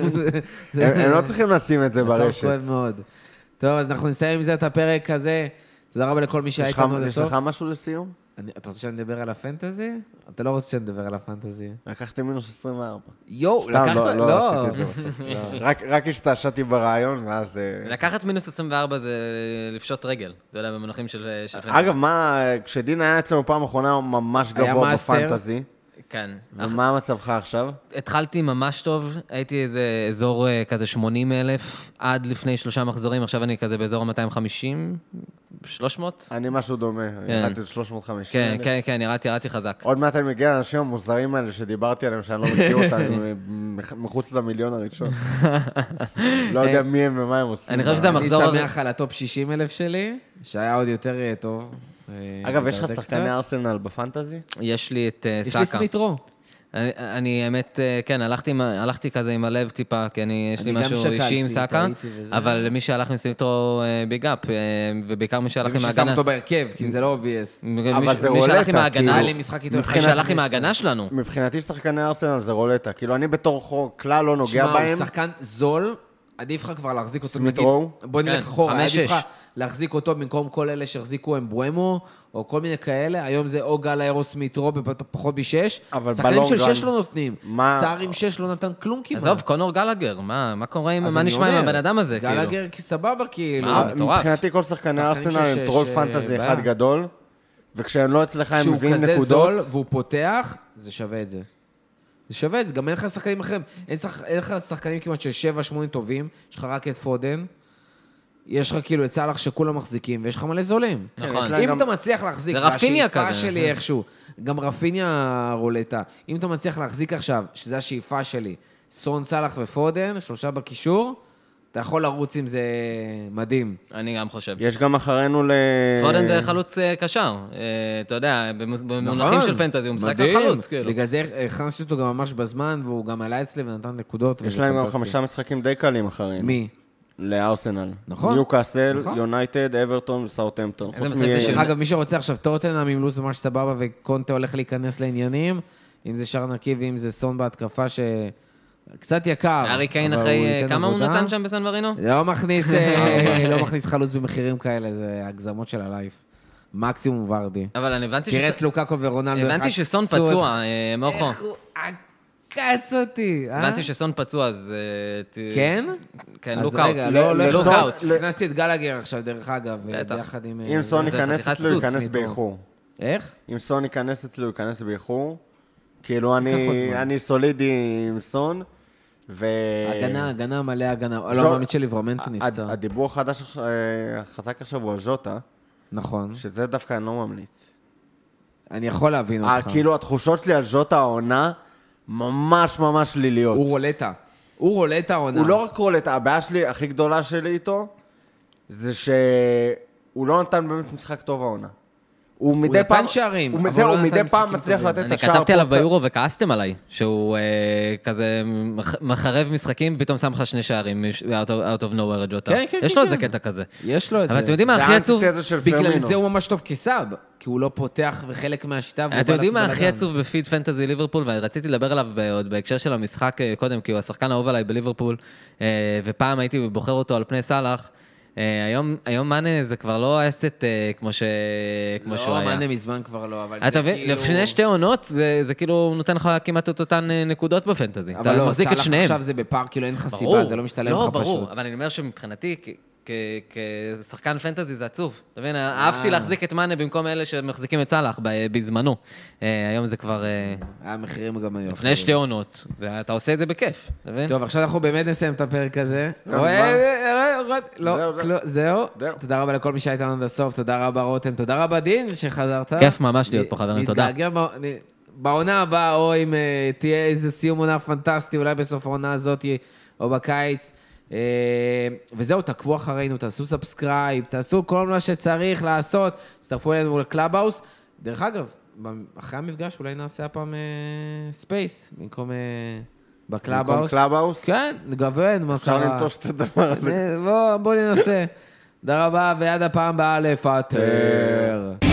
הם לא צריכים לשים את זה מצב ברשת. כואב מאוד. טוב, אז אנחנו נסיים עם זה את הפרק הזה. תודה רבה לכל מי שהיה איתנו עד יש הסוף. לך משהו לסיום? אתה רוצה שאני אדבר על הפנטזי? אתה לא רוצה שאני אדבר על הפנטזי. לקחתי מינוס 24. יואו, סתם, לקחת... לא עשיתי את זה בסוף. רק השתעשעתי ברעיון, ואז... לקחת מינוס 24 זה לפשוט רגל. אתה יודע, במונחים של פנטזי. אגב, כשדין היה אצלנו פעם אחרונה, הוא ממש היה גבוה מאסטר. בפנטזי. כן. ומה מצבך עכשיו? התחלתי ממש טוב, הייתי איזה אזור כזה 80,000, עד לפני 3 מחזורים, עכשיו אני כזה באזור 250, 300. אני משהו דומה, ירדתי ל-350. כן, כן, כן, ירדתי חזק. עוד מעט אני מגיע לאנשים המוזרים האלה שדיברתי עליהם, שאני לא מכיר אותם, מחוץ למיליון הראשון. לא יודע מי הם ומה הם עושים. אני חושב שזה אני המחזור... שמח על הטופ 60,000 שלי, שהיה עוד יותר טוב. אגב, יש לך דיברתי שחקני קצת. ארסנל בפנטזי? יש לי את יש סאקה. לי סמיטרו. אני האמת, כן, הלכתי כזה עם הלב טיפה, כי יש לי אני גם משהו שקלתי, אישי עם סאקה, טעיתי וזה. אבל מי שהלך עם סמיטרו ביג אפ, ובעיקר מי שהלך עם ששם ההגנה... אותו בהרכב, כי זה לא obvious. אבל זה מי שהלך עם רולטה, ההגנה, היה לי משחק איתו מי שהלך עם 15. ההגנה שלנו. מבחינתי שחקני ארסנל זה רולטה. כאילו, אני בתור חוק כלל לא נוגע שמע, הוא בהם. שחקן זול, עדיף לך כבר להחזיק אותו. סמיטרו? בוא נלך כן, אחורה, 5-6. עדיף לך להחזיק אותו במקום כל אלה שהחזיקו הם בואמו, או כל מיני כאלה. היום זה או גל האירו סמיטרו בפחות ב6. אבל שחקנים של בלונגרן- 6 לא נותנים. מה- שר עם 6 לא נתן כלום כמעט. עזוב, קונור גלגר, מה קורה עם... אז מה אני נשמע עם אומר, הבן אדם הזה, כאילו? גלגר סבבה, כאילו. מטורף. מבחינתי כל שחקני שחקנים ארסנל הם טרול פנטזי אחד בעיה. גדול, וכשהם לא אצלך הם שהוא מביאים כזה נקודות. זול והוא פותח, זה שווה את זה. זה שווה את זה, גם אין לך שחקנים אחרים. אין לך שחקנים כמעט של 7-8 טובים, יש לך רק את פודן, יש לך כאילו את סלאח שכולם מחזיקים, ויש לך מלא זולים. נכון. יש להם אם גם- אתה מצליח להחזיק, זה רפיניה והשאיפה כזה. שלי איכשהו, גם רפיניה רולטה, אם אתה מצליח להחזיק עכשיו, שזה השאיפה שלי, סון, סלאח ופודן, 3 בקישור, אתה יכול לרוץ עם זה מדהים. אני גם חושב. יש גם אחרינו פודן זה חלוץ קשר, אתה יודע, במונחים של פנטזי, הוא משחק על חלוץ, כאילו. בגלל זה הכנסתי אותו גם ממש בזמן, והוא גם עלה אצלי ונתן נקודות. יש וזה להם גם פנטסטי. 5 משחקים די קלים אחרינו. מי? לארסנל. נכון. ניוקאסל, נכון. יונייטד, אברטון וסאוטהמפטון. איזה חוץ משחק קשה. דרך אגב, מי שרוצה עכשיו טוטנהאם עם לו"ז ממש סבבה, וקונטה הולך להיכנס לעניינים, אם זה שרנקי ואם זה סון בהתקפה שקצת יקר. הארי קיין אבל אחרי, הוא ייתן כמה הוא עבודה. נתן שם בסן מרינו? לא מכניס חלוץ במחירים כאלה, זה הגזמות של הלייף. מקסימום ורדי. אבל אני הבנתי תראה את לוקאקו ורונלדו. הבנתי איך שסון עקצו את- פצוע, מוחו. איך הוא עקץ אותי, הבנתי שסון פצוע, אז... כן? כן, אז לוקאוט. רגע, לא לסון- לוקאוט. הכנסתי את גלגר עכשיו, דרך אגב, בטח. ביחד עם... אם סון זה ייכנס חתיכת אצלו, הוא סוס, ייכנס ניטו. באיחור. איך? אם סון ייכנס אצלו, הוא ייכנס באיחור. כאילו, עוד זמן. אני סולידי עם סון, הגנה מלא הגנה. ז'ו- לא, מאמין שליברמנטו נפצע. הדיבור החזק עכשיו הוא על ז'וטה, נכון. שזה דווקא אני לא ממליץ. אני יכול להבין אותך. כאילו, התחושות שלי על ז'וטה העונה, ממש ממש שליליות. הוא רולטה. הוא רולט העונה. הוא לא רק רולט, הבעיה שלי, הכי גדולה שלי איתו, זה שהוא לא נתן באמת משחק טוב העונה. הוא מדי פעם... נתן שערים, הוא אבל לא נתן מדי פעם משחקים מצליח טובים. לתת את אני השער. כתבתי עליו ביורו וכעסתם עליי, שהוא כזה מחרב משחקים, ופתאום שם לך 2 שערים, out of nowhere ג'וטה. כן, כן, יש כן, לו איזה כן. קטע כזה. יש לו את זה. אבל אתם יודעים מה הכי עצוב? זה האנטיתזה של בגלל פרמינו. זה הוא ממש טוב כסאב, כי הוא לא פותח וחלק מהשיטה. אתם יודעים מה הכי עצוב בפיד פנטזי ליברפול, ורציתי לדבר עליו עוד בהקשר של המשחק קודם, כי הוא השחקן האהוב עליי בליברפול, ופעם הייתי בוחר אותו על פני סלאח. היום מאנה זה כבר לא אסט כמו שהוא היה. לא, מאנה מזמן כבר לא, אבל אתה זה מבין? כאילו... לפני 2 עונות, זה כאילו נותן לך כמעט את אותן נקודות בפנטזי. אבל אתה לא, מחזיק את סלאח שניהם. עכשיו זה בפאר, כאילו אין לך ברור. סיבה, זה לא משתלם לך פשוט. לא, ברור, אבל אני אומר שמבחינתי, כשחקן פנטזי זה עצוב. אתה מבין? אהבתי להחזיק את מאנה במקום אלה שמחזיקים את סלאח בזמנו. היום זה כבר המחירים גם היו. לפני 2 עונות, ואתה עושה את זה בכיף. אתה מבין? טוב, עכשיו אנחנו באמת נסיים את הפרק הזה. זהו. תודה רבה לכל מי שהיה איתנו עד הסוף, תודה רבה רותם, תודה רבה דין שחזרת. כיף ממש להיות פה חברים, תודה. בעונה הבאה, או אם תהיה איזה סיום עונה פנטסטי, אולי בסוף העונה הזאת, או בקיץ. וזהו, תעקבו אחרינו, תעשו סאבסקרייב, תעשו כל מה שצריך לעשות, תצטרפו אלינו לקלאבהאוס. דרך אגב, אחרי המפגש אולי נעשה הפעם ספייס, במקום בקלאבהאוס. במקום קלאבהאוס? כן, נגוון, מה קרה. אפשר לנטוש את הדבר הזה. בוא ננסה. תודה רבה, ועד הפעם הבאה לפטר.